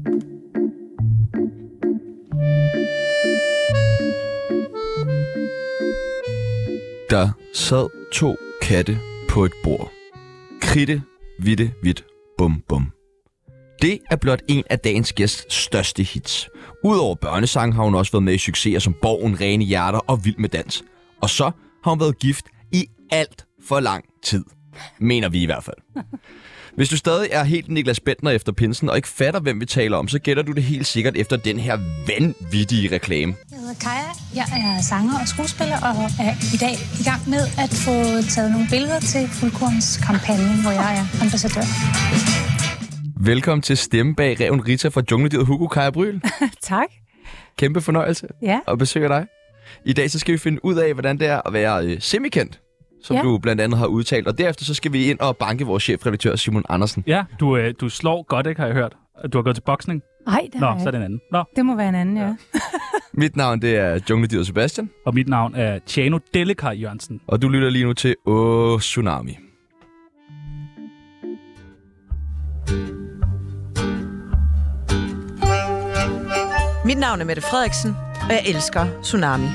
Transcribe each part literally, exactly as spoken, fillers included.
Der sad to katte på et bord. Kridte, vitte, vidt, bum, bum. Det er blot en af dagens gæsts største hits. Udover børnesang har hun også været med i succeser som Borgen, Rene Hjerter og Vild med Dans. Og så har hun været gift i alt for lang tid. Mener vi i hvert fald. Hvis du stadig er helt Niklas Bentner efter pinsen og ikke fatter, hvem vi taler om, så gætter du det helt sikkert efter den her vanvittige reklame. Jeg hedder Kaja, jeg er sanger og skuespiller og er i dag i gang med at få taget nogle billeder til Fuldkorns kampagne, hvor jeg er ambassadør. Velkommen til Stemme bag Ræven Rita fra Jungledyret Hugo, Kaja Bryl. Tak. Kæmpe fornøjelse ja. at besøge dig. I dag så skal vi finde ud af, hvordan det er at være øh, semikendt, som ja. du blandt andet har udtalt. Og derefter så skal vi ind og banke vores chefredaktør Simon Andersen. Ja, du, øh, du slår godt, ikke, har jeg hørt. Du har gået til boksning. Nej, det Nå, har så er det en anden. Nå. Det må være en anden, ja. ja. Mit navn, det er Jungledyret Sebastian. Og mit navn er Tjano Dellekar Jørgensen. Og du lytter lige nu til Åh Tsunami. Mit navn er Mette Frederiksen, og jeg elsker Tsunami.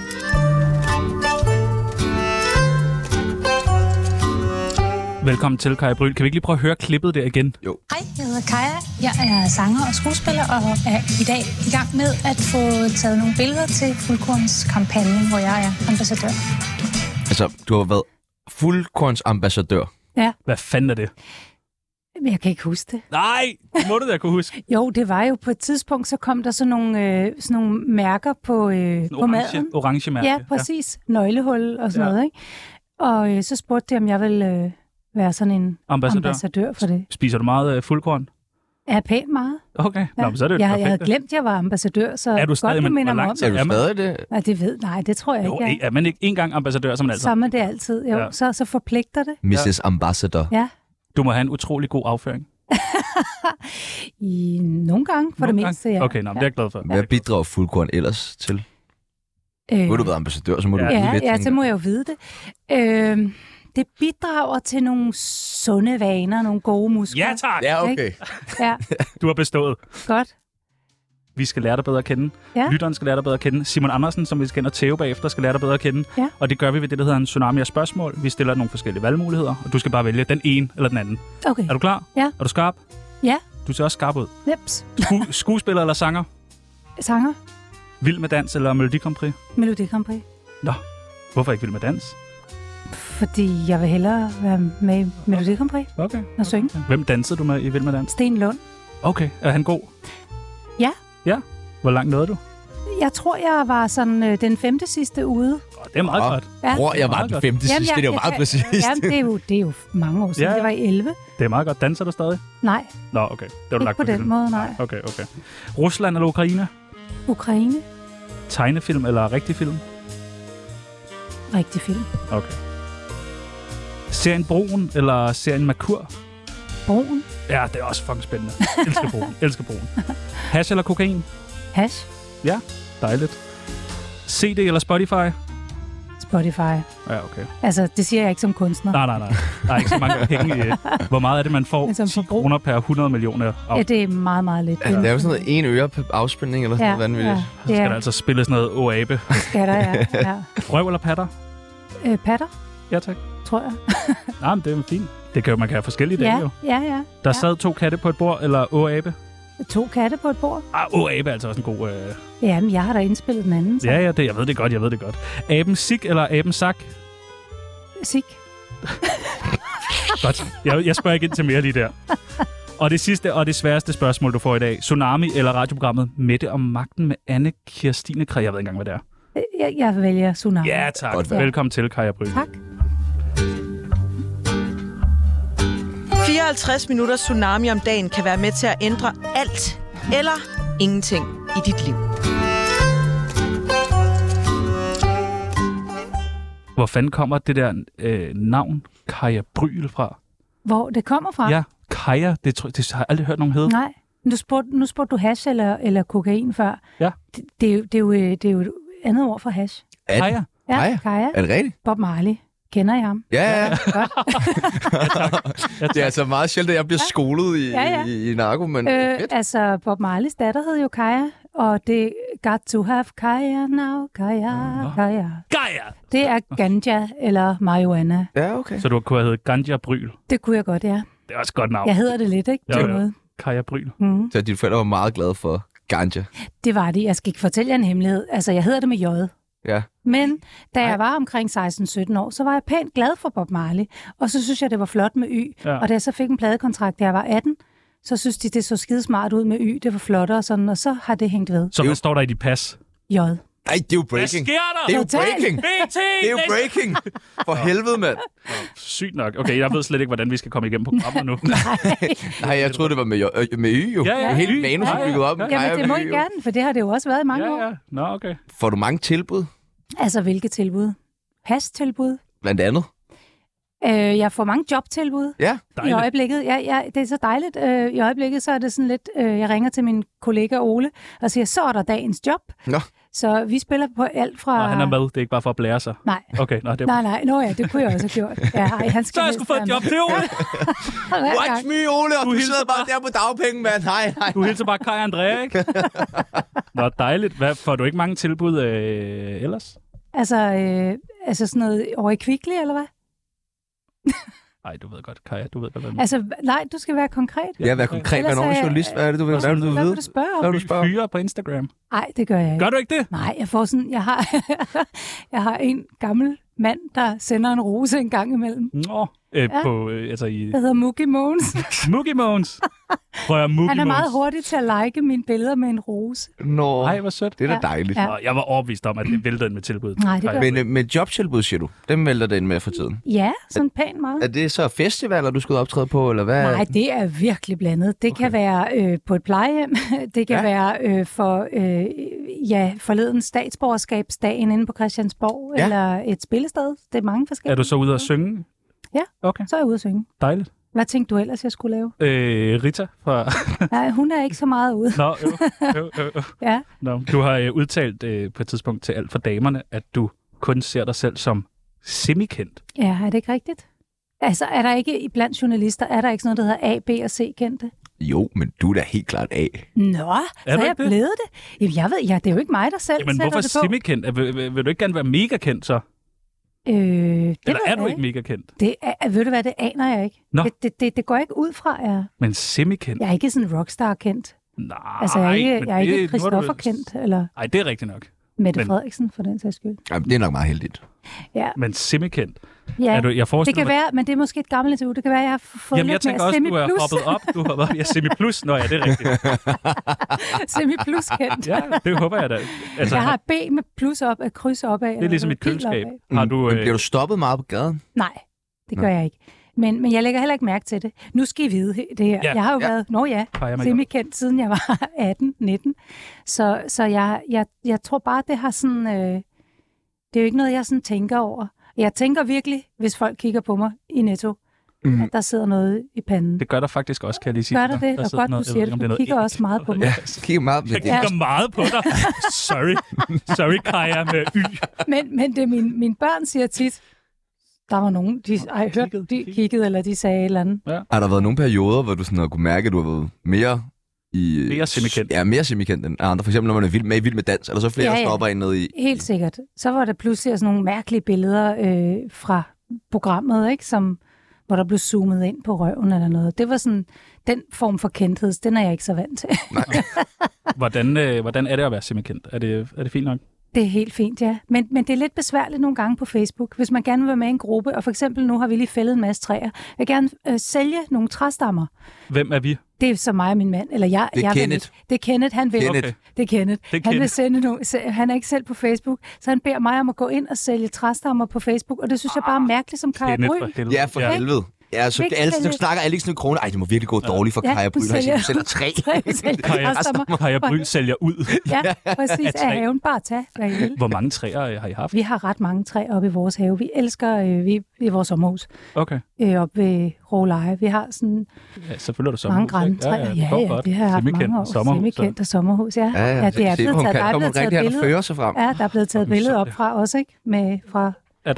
Velkommen til, Kaja Bryl. Kan vi ikke lige prøve at høre klippet der igen? Jo. Hej, jeg hedder Kaja, jeg er sanger og skuespiller og er i dag i gang med at få taget nogle billeder til Fuldkorns kampagne, hvor jeg er ambassadør. Altså, du har været Fuldkorns ambassadør. Ja. Hvad fanden er det? Men jeg kan ikke huske det. Nej, det må du da kunne huske. Jo, det var jo på et tidspunkt, så kom der sådan nogle, øh, sådan nogle mærker på, øh, på orange, maden. Orange mærke. Ja, præcis. Ja. Nøglehul og sådan ja. noget, ikke? Og øh, så spurgte de, om jeg ville øh, være sådan en ambassadør. ambassadør for det. Spiser du meget øh, fuldkorn? Ja, pænt meget. Okay, ja. Nå, så er det jo jeg, perfekt. jeg havde glemt, at jeg var ambassadør, så er du stadig, godt, du minder mig om det. Er du stadig det? Nej, det ved, nej, det tror jeg jo, ikke. Jo, er man ikke engang ambassadør, som man altid? Så er det altid. Jo, ja. så, så forpligter det. missus Ja. Ambassador. Ja. Du må have en utrolig god afføring. I nogle gange, for nogle det meste, ja. Okay, nå, det er jeg glad for. Hvad bidrager Fuldkorn ellers til? Øh, nu har du været ambassadør, så må ja. du vide ja, lidt. Ja, så må jeg jo vide det. Øh, det bidrager til nogle sunde vaner, nogle gode muskler. Ja, tak! Ja, okay. Ja. Du har bestået. Godt. Vi skal lære dig bedre at kende. Ja. Lytteren skal lære dig bedre at kende. Simon Andersen, som vi skal ind og tæve bagefter, skal lære dig bedre at kende. Ja. Og det gør vi ved det, der hedder en tsunami af spørgsmål. Vi stiller nogle forskellige valgmuligheder, og du skal bare vælge den ene eller den anden. Okay. Er du klar? Ja. Er du skarp? Ja. Du ser også skarp ud. Jeps. Sku- skuespiller eller sanger? Sanger. Vild med dans eller Melodi Grand Prix? Melodi Grand Prix. Nå, hvorfor ikke Vild med dans? Fordi jeg vil hellere være med i Melodi Grand Prix. Okay. Og okay. synge. Hvem dansede du med i Vild med dans? Sten Lund. Okay, er han god? Ja. Ja? Hvor langt nåede du? Jeg tror, jeg var sådan øh, den femte sidste ude. Oh, det er meget godt. Ja. Jeg tror, jeg var den femte sidste. Jamen, jeg, det er jo meget præcist. Jamen, det er jo, det er jo mange år siden. Ja. Det var i elleve. Det er meget godt. Danser du stadig? Nej. Nå, okay. Det var ikke lagt på, på den film. måde, nej. Okay, okay. Rusland eller Ukraine? Ukraine. Tegnefilm eller rigtig film? Rigtig film. Okay. Serien Broen eller serien Merkur? Broen. Ja, det er også fucking spændende. Elsker Broen. Elsker Broen. Hash eller kokain? Hash. Ja, dejligt. C D eller Spotify? Spotify. Ja, okay. Altså, det siger jeg ikke som kunstner. Nej, nej, nej. Der er ikke så mange penge i. Hvor meget er det, man får? ti kroner per hundrede millioner. Op. Ja, det er meget, meget lidt. Ja, det er jo sådan noget en øre per afspilning eller sådan ja, noget vanvittigt. Ja, så skal der altså spille sådan noget O-abe. Skal der, ja. ja. Røv eller patter? Øh, patter. Ja, tak. Tror jeg. Nej, men det er jo fint. Det kan jo, man kan have forskellige dage, ja, jo. Ja, ja. Der ja. sad to katte på et bord, eller O-abe? To katte på et bord? Ah, O-abe er altså også en god... Øh... Jamen, jeg har da indspillet den anden. Så. Ja, ja, det, jeg ved det godt, jeg ved det godt. Aben Sik eller Aben Sak? Sik. Godt. Jeg, jeg spørger ikke ind til mere lige der. Og det sidste og det sværeste spørgsmål, du får i dag. Tsunami eller radioprogrammet Mette om magten med Anne Kirstine Krag? Jeg ved ikke engang, hvad det er. Jeg, jeg vælger Tsunami. Ja, tak. Godt, velkommen til, Kaja Bryl. Tak. fireoghalvtreds minutter Tsunami om dagen kan være med til at ændre alt eller ingenting i dit liv. Hvor fanden kommer det der øh, navn Kaja Bryl fra? Hvor det kommer fra? Ja, Kaja. Det, det har jeg aldrig hørt nogen hedde. Nej. Nu spurgte, nu spurgte du hash eller, eller kokain før. Ja. Det, det, er jo, det, er jo, det er jo et andet ord for hash. Kaja? Ja, Kaja. Er det rigtigt? Bob Marley. Kender I ham? Ja, ja, ja. Godt. Det er altså meget sjældent, at jeg bliver skolet i, Ja, ja. i, i narko, men Øh, fedt. altså, Bob Marleys datter hed jo Kaja, og det got to have Kaja now, Kaja, Kaja. Gaia! Det er ganja eller marijuana. Ja, okay. Så du kunne have heddet Ganja Bryl. Det kunne jeg godt, ja. Det er også et godt navn. Jeg hedder det lidt, ikke? På Jo, en jo. måde. Kaja Bryl. Mm. Så dine forældre var meget glade for ganja. Det var det. Jeg skal ikke fortælle jer en hemmelighed. Altså, jeg hedder det med J. Ja. Men da Ej. jeg var omkring seksten sytten år, så var jeg pænt glad for Bob Marley. Og så synes jeg, det var flot med Y. Ja. Og da jeg så fik en pladekontrakt, da jeg var atten, så synes de, det så skide smart ud med Y. Det var flottere og sådan, og så har det hængt ved. Så hvad står der i dit pas? J. Nej, det er jo Hvad breaking. sker der? Det er jo Totalt. breaking. B T! Det er jo breaking. For helvede, mand. Sygt nok. Okay, jeg ved slet ikke, hvordan vi skal komme igennem programmet nu. Nej, jeg troede, det var med, jo- øh, med Y jo. Ja, ja. Hele Y. manus Ja, er ja. bygget op. Ja. med Jamen, Kaja det må med I Y, jo. gerne, for det har det jo også været i mange Ja, år. ja. Nå, okay. Får du mange tilbud? Altså, hvilke tilbud? Hastilbud? Blandt andet. Øh, jeg får mange jobtilbud Ja. i Dejligt. øjeblikket. Ja, ja, det er så dejligt. Øh, I øjeblikket så er det sådan lidt, øh, jeg ringer til min kollega Ole og siger, så er der dagens job. Nå. Så vi spiller på alt fra... Nå, han er med. Det er ikke bare for at blære sig. Nej. Okay, nå, det er... Nej, nej. Nå ja, det kunne jeg også have gjort. Ja, ej, han skal Så har jeg helst sgu fået være et job med. til, Ole. Hver Watch gang. me, Ole, og Du du, hilser sidder bare bare. der på dagpenge, mand. Hej, hej. Du hilser bare Kaja Andrea, ikke? Nå, dejligt. Hvad, får du ikke mange tilbud øh, ellers? Altså, øh, altså sådan noget over i Kvickly, eller hvad? Nej, du ved godt, Kaja. Du ved godt, hvad man... Altså, nej, du skal være konkret. Ja, vær konkret. Ellers Hvad er er nogen jeg- journalist? Hvad er det, du vil? Hvad er det, du Hvad ved? vil du spørge Hvad om? vil du spørge om? Fyre på Instagram. Nej, det gør jeg ikke. Gør du ikke det? Nej, jeg får sådan, jeg har, jeg har en gammel mand, der sender en rose en gang imellem. Nå, øh, Ja. på, øh, altså i Der hedder Mookie Mogens. Mookie Mogens. Prøv at Mookie Han er meget Mogens. hurtig til at like mine billeder med en rose. Nå, Ej, hvor sødt. det er da Ja. dejligt. Ja. Nå, jeg var overbevist om, at det væltede ind med tilbud. Nej, det gør Men øh, med jobtilbud, siger du, dem vælter det ind med for tiden. Ja, sådan pænt meget. Er det så festivaler, du skal ud og optræde på, eller hvad? Nej, det er virkelig blandet. Det okay. kan være øh, på et plejehjem. Det kan Ja. ja. være øh, for øh, ja, forleden statsborgerskabsdagen inde på Christiansborg, Ja. ja. eller et spillested. Det er mange forskellige. Er du så ude at synge? Ja. Okay, Så er jeg ude at synge. dejligt. Hvad tænkte du ellers, jeg skulle lave? Øh, Rita fra... Nej, hun er ikke så meget ude. Nå, jo, jo, jo, jo. Ja. Nå, du har øh, udtalt øh, på et tidspunkt til alt for damerne, at du kun ser dig selv som semikendt. Ja, er det ikke rigtigt? Altså, er der ikke blandt journalister, er der ikke sådan noget, der hedder A, B og C kendte? Jo, men du er da helt klart A. Nå, så er du jeg ikke det? blevet det. Jamen, jeg ved, ja, det er jo ikke mig, der selv Jamen, sætter hvorfor det på. semikendt? Vil, vil, vil du ikke gerne være mega kendt så? Øh, det Eller ved er jeg du ikke mega kendt? Det er, ved du hvad, det aner jeg ikke. Nå. Det, det, det, det går jeg ikke ud fra, jeg, Men semikendt? jeg er ikke sådan rockstar-kendt. Nej, Altså, jeg er ikke, men jeg er ikke det- nu har du- Christoffer-kendt, eller Ej, det er rigtigt nok. Mette men- Frederiksen, for den sags skyld. Jamen, det er nok meget heldigt. Ja, Men semikendt? ja. Er du, jeg Det forestiller kan mig... være, men det er måske et gammelt interview. Det kan være, at jeg har fået Jamen, jeg lidt tænker mere også, du er semi-plus. hoppet op. Du har været ja, semi-plus. Nå ja, det er rigtigt. Semi-plus-kendt. Ja, det håber jeg da. Altså, Jeg har et B med plus op, et kryds opad. det er ligesom et køleskab. Mm, Har du... Men Øh, bliver du stoppet meget på gaden? Nej, det Nå. gør jeg ikke. Men, men jeg lægger heller ikke mærke til det. Nu skal I vide det her. Ja. Jeg har jo Ja. været, nå ja, Kaja Major. semi-kendt siden jeg var atten nitten. Så, så jeg, jeg, jeg tror bare, det har sådan... Øh, det er jo ikke noget, jeg sådan tænker over. Jeg tænker virkelig, hvis folk kigger på mig i Netto, Mm. at der sidder noget i panden. Det gør der faktisk også, kan jeg lige sige. Gør der det? Der Og sidder godt, du noget- siger jeg det, ved for ikke, om du kigger noget også meget på mig. Ja, kigger meget med Jeg det. kigger meget på dig. Sorry. Sorry, Kaja med Y. Men, men det min, mine børn siger tit, der var nogen, de, ej, hørte, kiggede, de kiggede. kiggede, eller de sagde et eller andet. Har der været nogle perioder, hvor du sådan har kunne mærke, at du har været mere i... Mere semikendt. Ja, mere semikendt end andre. For eksempel, når man er vild, med i Vild med Dans, eller så flere, Ja, der ja. stopper ind ned i... Helt sikkert. Så var der pludselig sådan nogle mærkelige billeder øh, fra programmet, ikke? Som, hvor der blev zoomet ind på røven eller noget. Det var sådan, den form for kendthed, den er jeg ikke så vant til. Hvordan, øh, hvordan er det at være semikendt? Er det, er det fint nok? Det er helt fint, ja. Men, men det er lidt besværligt nogle gange på Facebook, hvis man gerne vil være med i en gruppe, og for eksempel nu har vi lige fældet en masse træer. Jeg vil gerne øh, sælge nogle træstammer. Hvem er vi? Det er så mig og min mand, eller jeg. Det er jeg vil Kenneth. ikke. Det er Kenneth, han vil. Kenneth. Okay. Det er Kenneth. Det er Han Kenneth. vil sende nogle, se- han er ikke selv på Facebook, så han beder mig om at gå ind og sælge træstammer på Facebook, og det synes jeg bare er mærkeligt som Kaja Kenneth Bryl. for helvede. Ja, for helvede. Ja, så, Ikke alle, så sælge- snakker alle ikke sådan en krone. Ej, det må virkelig gå dårligt for Ja, Kaja Bryl. hun Han siger, du sælger- sælger tre. Tre sælger Kaja- træstammer. Kaja Bryl sælger ud. Ja, præcis. Af træ. Af haven. Bare tag, hvad I vil. Hvor mange træer øh, har I haft? Vi har ret mange træer oppe i vores have. Vi elsker øh, vi, i vores sommerhus Okay. øh, oppe ved Råleje. Vi har sådan Ja, selvfølgelig er der mange sommerhus. ikke? græntræer. Ja, går ja, godt. det har jeg haft Semikendt mange år. sommerhus, så- Semikendt og sommerhus, ja. Ja, ja. Ja, det er Se, blevet hun taget, kan der er komme blevet taget rigtig hen og billeder. føre sig frem. Ja, der er blevet taget Jamen, billeder så- op fra os, ikke? Med, fra, Er dig?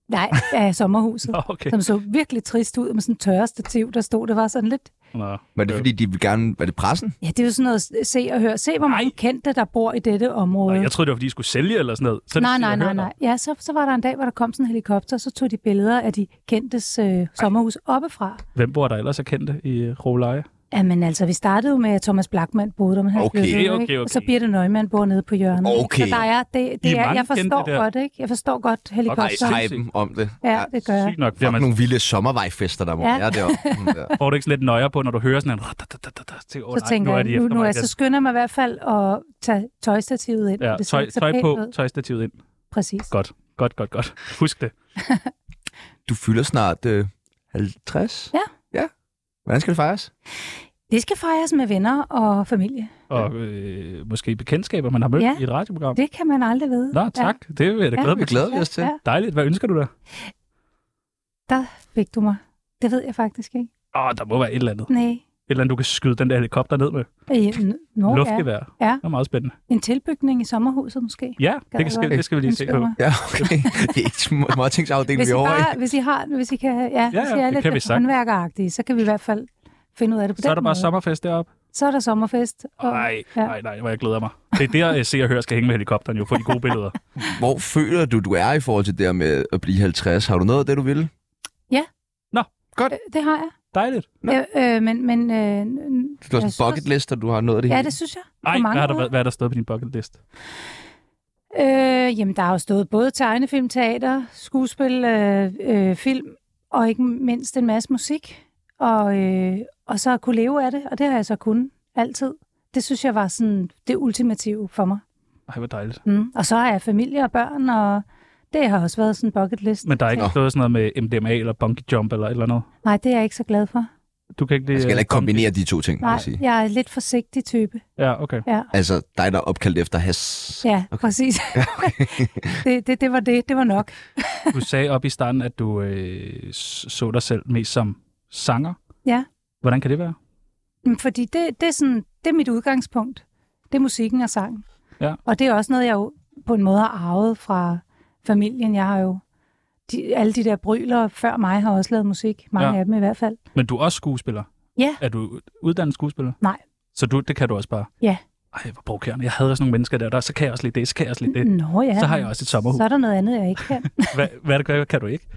Nej, af sommerhuset. Nå, okay. Som så virkelig trist ud med sådan en tørrestativ, der stod. Det var sådan lidt... Nå. Var det fordi, de vil gerne... Var det pressen? Ja, det er jo sådan noget se og høre. Se, hvor mange Nej. kendte, der bor i dette område. Nej, jeg troede, det var, fordi de skulle sælge eller sådan noget. Så nej, det, nej, jeg nej, hører nej. Ja, så, så var der en dag, hvor der kom sådan en helikopter, så tog de billeder af de kendtes øh, sommerhus oppefra. dig. Hvem bor der ellers er kendte i øh, Råleje? Jamen altså, vi startede jo med, at Thomas Blackman boede der, men han Okay, flyttede, okay, ikke? okay. Og så Birte Neumann bor nede på hjørnet. ikke? Okay. Så der er, det, I det er er, mange jeg forstår kendte der. godt, ikke? Jeg forstår godt helikopter. Okay, Ej, hypen om det. Ja, det gør jeg. Sygt nok. Fuck, Bliver man, nogle vilde sommervejfester, der må Ja. være deroppe. får du ikke sådan lidt nøjer på, når du hører sådan en... Så tænker jeg, nu, nu er jeg så skynder mig i hvert fald at tage tøjstativet ind. Ja, Det ser tøj, ikke så tøj pænt på, ud. tøjstativet ind. Præcis. Godt, godt, godt, godt. Husk det. Du fylder snart øh, halvtreds? Ja. Ja. Hvordan skal det fejres? Det skal fejres med venner og familie. Og øh, måske bekendtskaber, man har mødt Ja. i et radioprogram. Det kan man aldrig vide. Nå, tak. Ja. Det vil jeg da Ja. glæde mig Det til. glæder vi os til. Ja, Dejligt. Hvad ønsker du dig? der fik du mig. Det ved jeg faktisk ikke. Åh, der må være et eller andet. Et Nej. eller andet, du kan skyde den der helikopter ned med. Øh, n- Nå, ja. Luftgevær. Ja. Det er meget spændende. En tilbygning i sommerhuset måske. Ja, Gad det, kan, godt. det skal vi lige se Ønsker på. mig. Ja, okay. Det er ikke små, små tingsafdeling, Hvis vi I, er over i. bare, hvis I har, hvis I kan, ja, ja, hvis I det er kan vi lidt sagtens. håndværkeragtige, så kan vi i hvert fald finde ud af det på Så er den der bare måde. sommerfest deroppe. Så er der sommerfest. Og, Nej, ja. nej, nej, hvor jeg glæder mig. Det er der, jeg ser og hører, skal hænge med helikopteren jo, for de gode billeder. Hvor føler du, du er i forhold til det her med at blive halvtreds? Har du noget af det, du vil? Øh, Det har jeg. Dejligt. Ja, øh, men, men, øh, Du har jeg sådan en bucket list, og du har noget af det Ja, hele. det synes jeg. Ej, På mange hvad har, der, måder. hvad er der stået på din bucket list? Øh, jamen, der har jo stået både tegnefilm, teater, skuespil, øh, øh, film, og ikke mindst en masse musik. Og, øh, og så at kunne leve af det, og det har jeg så kunnet altid. Det synes jeg var sådan det ultimative for mig. Ej, hvor dejligt. Mm. Og så har jeg familie og børn, og det har også været sådan en bucket list. Men der er ikke Nå. stået sådan noget med M D M A eller bungee jump eller et eller andet? Nej, det er jeg ikke så glad for. Du kan ikke lide... Jeg skal heller ikke øh, kombinere de to ting, kan Nej, jeg sige. jeg er lidt forsigtig type. Ja, okay. Ja, Altså, dig, der er opkaldt efter has. ja okay. Præcis. Ja, okay. det, det, det var det. Det var nok. Du sagde op i starten, at du øh, så dig selv mest som sanger. Ja. Hvordan kan det være? Men Fordi det, det, er sådan, det er mit udgangspunkt. Det er musikken og sangen. Ja. Og det er også noget, jeg jo på en måde har arvet fra familien. Jeg har jo de, alle de der brylere før mig har også lavet musik. Mange Ja. af dem i hvert fald. Men du er også skuespiller? Ja. Er du uddannet skuespiller? Nej. Så du, det kan du også bare? Ja. Ej, hvor provokerende. Jeg havde også nogle mennesker der, der så kan jeg også lidt det, så kan jeg også lidt det. Nå ja. Så har jeg også et sommerhus. Så er der noget andet, jeg ikke kan. Hvad, hvad, er det, hvad kan du ikke?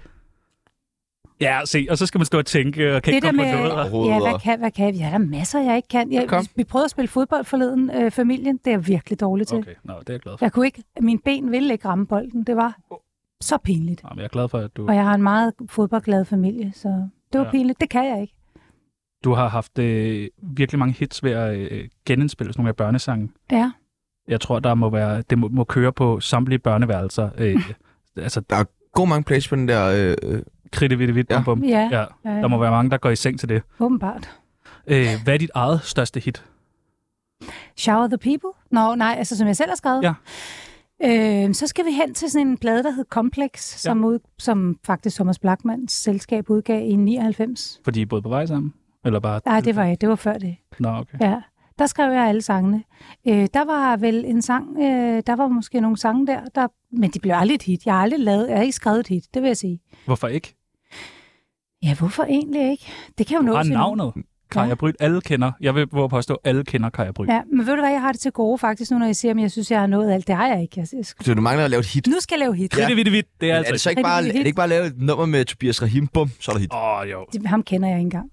Ja, se, og så skal man stå og tænke, og kan Det ikke der komme med, på noget. overhovedet. ja, hvad kan, hvad kan vi? Ja, der er masser, jeg ikke kan. Jeg, Kom. vi, vi prøvede at spille fodbold forleden, øh, familien. Det er jeg virkelig dårlig til. Okay, nå, det er jeg glad for. Jeg kunne ikke, mine ben ville ikke ramme bolden. Det var så pinligt. Nå, men jeg er glad for, at du, Og jeg har en meget fodboldglad familie, så det var Ja. pinligt. Det kan jeg ikke. du har haft øh, virkelig mange hits ved at øh, genindspille sådan nogle af børnesange. Ja. Jeg tror, der må være, det må, må køre på samtlige børneværelser. Øh, altså, Der er god mange plays på den der... Øh, kridte, vidt, vidt, Ja. bum, bum. Ja, Ja, ja, der må være mange, der går i seng til det. åbenbart. Øh, hvad er dit eget største hit? Shower the People? Nå, nej, altså som jeg selv har skrevet. Ja. Øh, så skal vi hen til sådan en plade, der hed Complex, som, ud, som faktisk Thomas Blackmans selskab udgav i nioghalvfems. Fordi I er både på vej sammen? Eller bare... Nej, det var, det var før det. Nå, okay. Ja, der skrev jeg alle sangene. Øh, der var vel en sang, øh, der var måske nogle sange der, der, men de blev aldrig et hit. Jeg har aldrig lavet, jeg har ikke skrevet et hit, det vil jeg sige. Hvorfor ikke? Ja, hvorfor egentlig ikke? Det kan jo Du nå har til navnet. Kaja Bryt. Alle kender. Jeg vil våge påstå, at alle kender Kaja Bryt. Ja, men ved du hvad, jeg har det til gode faktisk nu, når jeg siger, at jeg synes, jeg har nået alt. Det har jeg ikke. Jeg, jeg, så du mangler at lave et hit. nu skal jeg lave hit. Kridte, vidt, vidt. Det er Er altså... det så ikke bare, er det ikke bare at lave et nummer med Tobias Rahim? Bum, så er der hit. Åh, oh, jo. Det- Ham kender jeg ikke engang.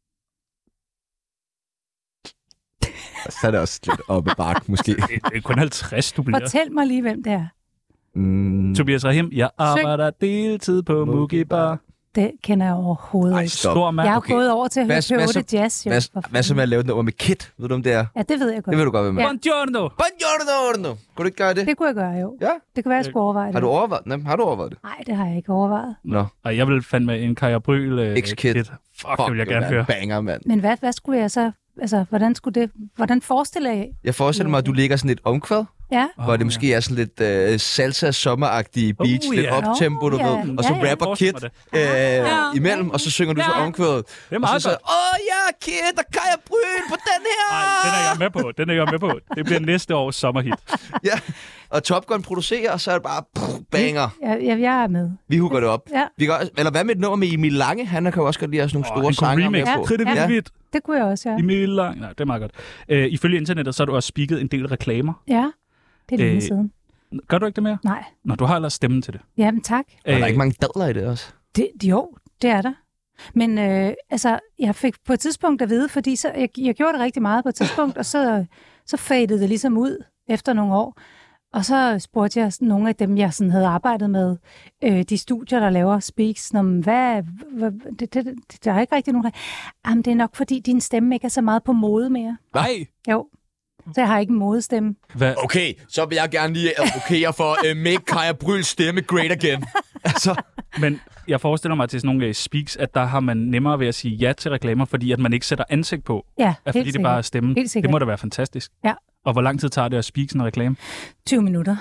Så er det også lidt oppe bak, måske. Det det er kun halvtreds, du bliver. Fortæl mig lige, hvem det er. Mm. Tobias Rahim, jeg arbejder deltid på Mugi Bar. Det kender jeg overhovedet Ej, ikke. stop. Stor mand. Jeg har okay. gået over til at høre Hvad- hvad Peyote så- Jazz. Jo. Hvad, For hvad så fanden. med at lave et nummer med Kit? Ved du, om det er? Ja, det ved jeg godt. Det ved du godt, hvem er. Ja. Buongiorno! Buongiorno! Kan du ikke gøre det? Det kunne jeg gøre, jo. Ja. Det kan være, jeg skulle overveje det. Har du overvejet det? Har du overvejet det? Nej, det har jeg ikke overvejet. Nå. Ej, jeg vil fandme en Kaja Bryl øh, X-Kid. Fuck, Fuck, det vil jeg gerne være høre. en banger, mand. Men hvad, hvad skulle jeg så... Altså, hvordan skulle det... Hvordan forestiller jeg... Jeg forestiller mig, at du ligger sådan et omkvæd, Ja. Hvor det måske er sådan lidt uh, salsa-sommeragtige beats, Oh, lidt ja. op-tempo, du Oh, ja. ved. Og så Ja, ja. rapper Kid øh, Ja. imellem, og så synger du så omkvædet. Det er Og meget så så, åh ja, Kid, der kan jeg bryn på den her! Nej, den er jeg med på. Den er jeg med på. Det bliver næste års sommerhit. Ja, og Top Gun producerer, og så er det bare pff, banger. Ja, ja, jeg er med. Vi hugger det op. Ja. Vi kan også, eller hvad med et nummer med Emil Lange? Han kan jo også godt lide at have sådan nogle Åh, store han kunne sanger med remix. på. Kridt Ja. ja. vildt. Det kunne jeg også, ja. Emil Lang. Nej, det er meget godt. Øh, ifølge internettet, så har du også speaket en del reklamer. Ja, det er længe Øh, siden. Gør du ikke det mere? Nej. Nå, du har ellers stemmen til det. Jamen tak. Og der er ikke mange dadler i det også. Det, jo, det er der. Men øh, altså, jeg fik på et tidspunkt at vide, fordi så, jeg, jeg gjorde det rigtig meget på et tidspunkt, og så, så fadede det ligesom ud efter nogle år. Og så spurgte jeg sådan nogle af dem, jeg sådan havde arbejdet med, øh, de studier, der laver speaks, om hvad, hvad det, det, det, der er ikke rigtig nogen der. Jamen, det er nok, fordi din stemme ikke er så meget på mode mere. Nej. Jo, så jeg har ikke en modestemme. Hvad? Okay, så vil jeg gerne lige advokere for uh, Make Kaja Bryls stemme great again. Altså. Men jeg forestiller mig til sådan nogle uh, speaks, at der har man nemmere ved at sige ja til reklamer, fordi at man ikke sætter ansigt på. Ja, At, fordi helt det sikkert. bare er stemmen. Helt sikkert. Det må da være fantastisk. Ja. Og hvor lang tid tager det at speak sådan en reklame? tyve minutter.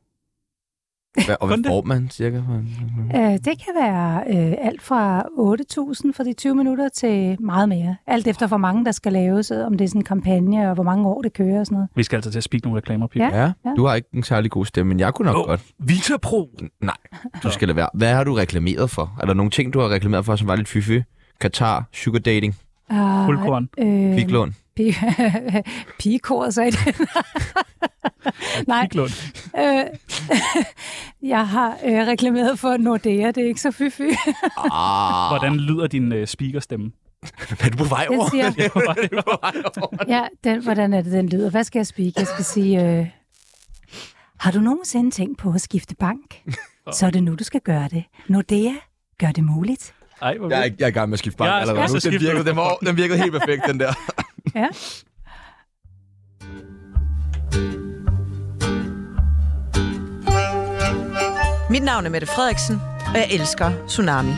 Hvad, og Kun hvad det? får man cirka? Øh, det kan være øh, alt fra otte tusind for de tyve minutter til meget mere. Alt efter, hvor mange der skal laves, om det er sådan en kampagne, og hvor mange år det kører og sådan noget. Vi skal altså til at speak nogle reklamer, Pippi. Ja. Ja, du har ikke en særlig god stemme, men jeg kunne nok Oh, godt. Vita Pro. Nej, du skal lade være. Hvad har du reklameret for? Er der nogle ting, du har reklameret for, som var lidt fy-fy? Katar, sugar dating, Uh, Fuldkorn. øh, kviklån. Pi- Pigekoret, sagde det. Nej, Kviklån. øh, jeg har øh, reklameret for Nordea, det er ikke så fy-fy. Ah, Hvordan lyder din uh, speakerstemme? er du på vej Den over? siger, Er du på vej over? ja, den, hvordan er det, den lyder? Hvad skal jeg speak? Jeg skal sige, øh, har du nogensinde tænkt på at skifte bank? Så er det nu, du skal gøre det. Nordea gør det muligt. Ej, hvor Jeg er, vildt. ikke- jeg er i gang med at skifte bank Jeg er allerede også nu. at Den skifte virkede, bank. den, var, den virkede helt perfekt, den der. Ja. Mit navn er Mette Frederiksen, og jeg elsker Tsunami.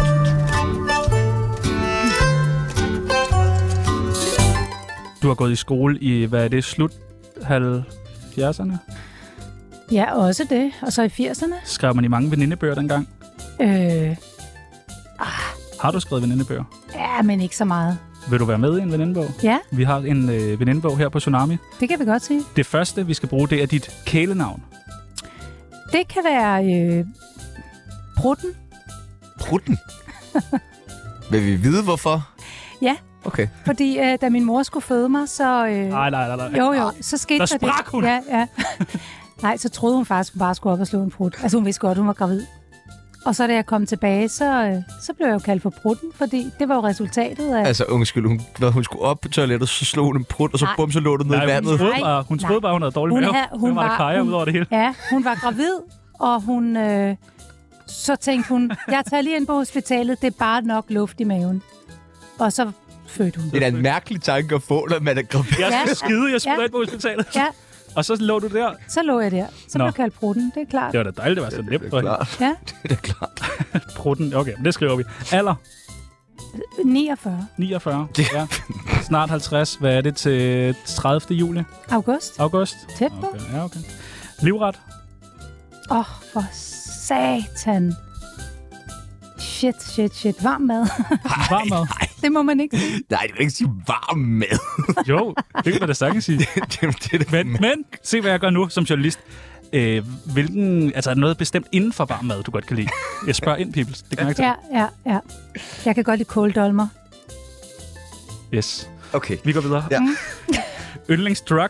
Du har gået i skole i, hvad er det, slut halvfjerdserne? Ja, også det. Og så i firserne. Skrev man i mange venindebøger dengang? Øh, Har du skrevet venindebøger? ja, men ikke så meget. Vil du være med i en venindebog? Ja, Vi har en øh, venindebog her på Tsunami. det kan vi godt sige. Det første, vi skal bruge, det er dit kælenavn. Det kan være øh, Prutten. Prutten. Vil vi vide, hvorfor? Ja. Okay. Fordi øh, da min mor skulle føde mig, så... Øh, Nej, nej, nej, nej. jo, jo, så skete Der der sprak det. hun! Ja, ja. Nej, så troede hun faktisk, hun bare skulle op og slå en prut. Altså, hun vidste godt, hun var gravid. Og så da jeg kom tilbage, så, øh, så blev jeg jo kaldt for Prutten, fordi det var jo resultatet af... Altså, undskyld, hun, når hun skulle op på toilettet, så slog hun en prut, og så Nej. bum, så lå det ned i Nej, hun vandet. troede Nej, bare, hun, troede nej. bare, hun havde dårlig Hun mave. havde- hun Hvem var der var- kajer hun- ud over det hele? Ja, hun var gravid, og hun... Øh, så tænkte hun, jeg tager lige ind på hospitalet, det er bare nok luft i maven. Og så fødte hun. Det er da en mærkelig tanke at få, når man er gravid. Jeg Ja. skulle skide, jeg skulle Ja. ind på hospitalet. Ja, Og så lå du der. så lå jeg der. Så Nå. blev jeg kaldt Prutten, det er klart. Det var da dejligt, det var så nemt Det for er hende. klart. Ja, Det er da klart. Prutten, okay, men det skriver vi. Alder, niogfyrre. niogfyrre. Ja. Snart halvtreds. Hvad er det til tredivte juli? August. August? Tæt på. Okay, ja, okay. Livret. Åh, oh, for satan. Shit, shit, shit. Varm mad. Varm mad. Det må man ikke sige. Nej, det vil ikke sige varm mad. Jo, det kan man da sagtens sige. det, det, det, Men, men, se hvad jeg gør nu som journalist. Øh, hvilken, altså er der noget bestemt inden for varm mad, du godt kan lide? Jeg spørger ind, Pibels. Det kan jeg ikke Ja, ja, ja. Jeg kan godt lide kåldolmer. Yes. Okay. Vi går videre. Ja. Yndlingsdrug.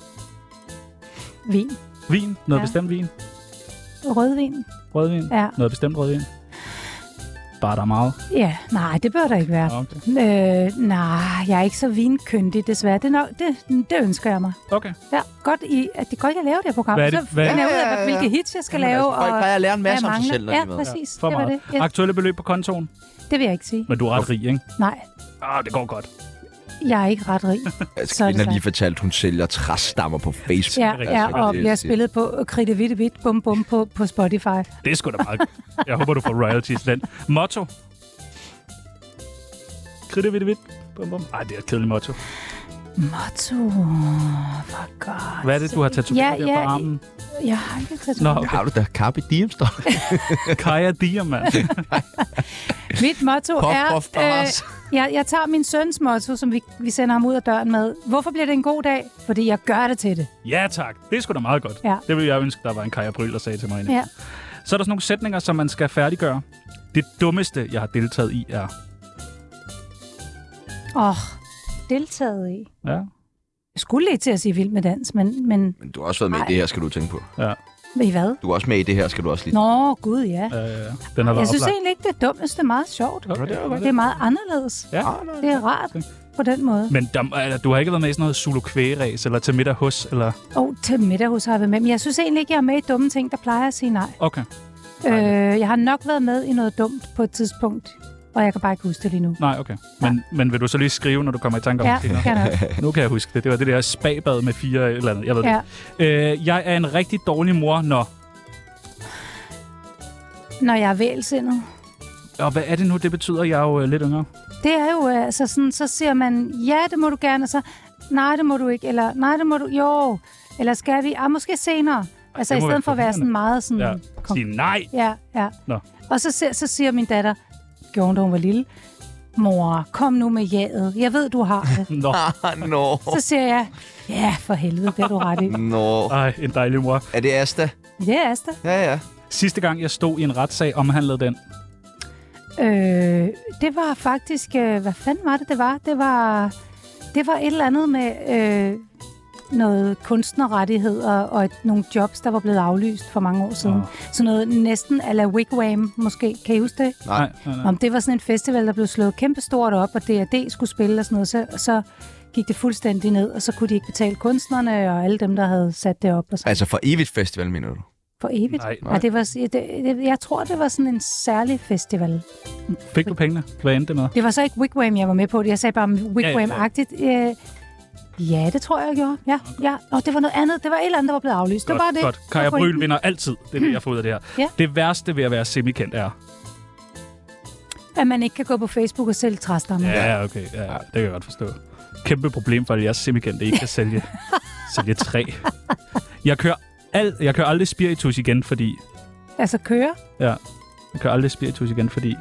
Vin. Vin. Noget Ja. bestemt vin. Rødvin. Rødvin. Ja. Noget bestemt rødvin. Bare der er meget. Ja, nej, det bør der ikke være. Okay. Øh, nej, jeg er ikke så vinkyndig, desværre. Det, er nok, det, det ønsker jeg mig. Okay. Ja, godt i, at det godt, jeg laver det her program. Hvad er det- Så hvad- finder jeg ud Ja, ja, af, ja. hvilke hits jeg skal Jamen, lave. altså, folk plejer at lære en hvad masse jeg om sig mangler. selv, når de Ja, er med. præcis. For det var meget. det. Yes. Aktuelle beløb på kontoen. Det vil jeg ikke sige. Men du er ret rig, ikke? Nej, Ah, det går godt. jeg er ikke ret rig. Så er det Kvinder lige så. fortalt, hun sælger træstammer på Facebook. Ja, rigtig ja, sikkert. og Det bliver siger- spillet på Kridte Vitte Vidt Bum Bum på, på Spotify. Det er sgu da meget. Jeg håber, du får royalties til den. Motto. Kridte vidt vidt. Bum, bum. Ej, det er et kedeligt motto. Motto. For god. Hvad er det, du har tatoveret Ja, der ja, på armen? Jeg har ikke tatoveret. Nå, Okay. okay. Har du da Carpe Diem, står der? Kaja Dier, mand. Mit motto Puff, er... puff, pass. jeg, jeg tager min søns motto, som vi, vi sender ham ud af døren med. Hvorfor bliver det en god dag? Fordi jeg gør det til det. Ja, tak. Det er sgu da meget godt. Ja. Det ville jeg ønske, der var en Kaja Bryl, der sagde til mig. Ja. Så er der sådan nogle sætninger, som man skal færdiggøre. Det dummeste, jeg har deltaget i, er... Åh, oh, deltaget i. Ja. Jeg skulle lige til at sige vild med dans, men... men Men du har også været med Ej. i det her, skal du tænke på. Ja. i hvad? Du er også med i det her, skal du også lige... Nå, gud ja. Øh, den har Jeg været synes oplagt. egentlig ikke, det er dummest. Det er meget sjovt. Okay, det er godt. Det er meget anderledes. Ja. Det er rart på den måde. Men der, du har ikke været med i sådan noget Zulu kvægeræs, eller til middag hos, eller... Og oh, til middag hos har jeg været med. Men jeg synes egentlig ikke, jeg er med i dumme ting, der plejer at sige nej. Okay. Øh, jeg har nok været med i noget dumt på et tidspunkt, og jeg kan bare ikke huske det lige nu. Nej, okay. Men, ja. men vil du så lige skrive, når du kommer i tanke om Ja, det senere? kan jeg. Nu kan jeg huske det. Det var det der spabad med fire eller andet. Jeg ved Ja. det. Øh, jeg er en rigtig dårlig mor, når... Når jeg er vælsindet. Og hvad er det nu? Det betyder, jeg er jo øh, lidt yngre. Det er jo øh, altså sådan, så siger man, ja, det må du gerne, og så, nej, det må du ikke, eller nej, det må du, jo, eller skal vi, ah, måske senere. Altså det i må stedet være for at være sådan meget sådan... Ja. kom- Sige nej. Ja, ja. Nå. Og så, siger- så siger min datter, gjorde hun, da hun var lille, mor, kom nu med jaget. Jeg ved, du har det. Nå. Ah, nå. Så siger jeg, ja, for helvede, det er du ret i. Nå. Ej, en dejlig mor. Er det Asta? Det er Asta. Ja, ja. Sidste gang, jeg stod i en retssag, omhandlede den. Øh, det var faktisk, øh, hvad fanden var det, det var? Det var, det var et eller andet med øh, noget kunstnerrettigheder og et, nogle jobs, der var blevet aflyst for mange år siden. Åh. Så noget næsten a la Wigwam, måske. Kan I huske det? Nej. Nej, nej, nej. Om det var sådan en festival, der blev slået kæmpestort op, og D R D skulle spille og sådan noget, så, så gik det fuldstændig ned, og så kunne de ikke betale kunstnerne og alle dem, der havde sat det op. Og så. Altså for evigt festival, mener du? For evigt. Nej, Nej, det var, det, det, jeg tror, det var sådan en særlig festival. Fik du pengene? Hvad endte det med? Det var så ikke Wigwam, jeg var med på. Jeg sagde bare Wigwam-agtigt. Ja, ja, det tror jeg, jeg gjorde. Ja, ja. Og det var noget andet. Det var et eller andet, der var blevet aflyst. Godt, det var det. godt. Kaja Bryl vinder altid. Det er det, jeg får ud af det her. Ja. Det værste ved at være semikendt er... At man ikke kan gå på Facebook og sælge træstammer. Ja, okay. Ja, det kan jeg godt forstå. Kæmpe problem for, at jeg semikendte ikke kan sælge, sælge træ. Jeg kører, al, jeg kører aldrig spiritus igen, fordi... Altså køre. Ja, jeg kører aldrig spiritus igen, fordi...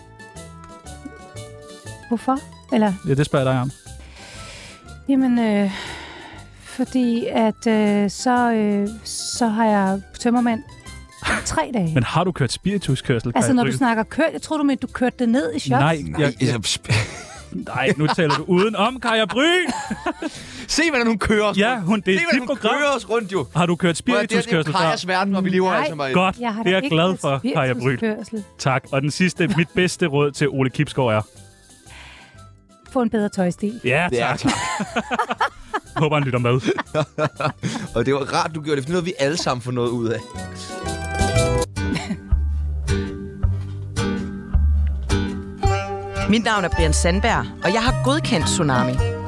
Hvorfor? Eller, Ja, det spørger jeg dig om. jamen, øh, fordi at øh, så, øh, så har jeg tømmermænd tre dage. Men har du kørt spirituskørsel, Kaja Altså, når Bryl? du snakker kørt, jeg tror du, men du kørte det ned i shots? Nej, Nej, jeg, jeg, altså, sp- nej, nu taler du uden om, Kaja Bryl! Se, hvordan hun kører os Ja, rundt. hun, det Se, er hvordan dit hun program. kører os rundt, jo. Har du kørt Hvor er det, det spirituskørsel er før? Kajas verden, hvor vi lever Nej. altså mig. Godt, Jeg har det er da jeg ikke glad kørt for, Kaja Bryl. spirituskørsel. Tak. Og den sidste, mit bedste råd til Ole Kipsgaard er... Få en bedre tøjstil. Ja, Det er tak. klart. Håber, han lytter med. Og det var rart, du gjorde det, for noget, vi alle sammen får noget ud af. Mit navn er Brian Sandberg, og jeg har godkendt Tsunami.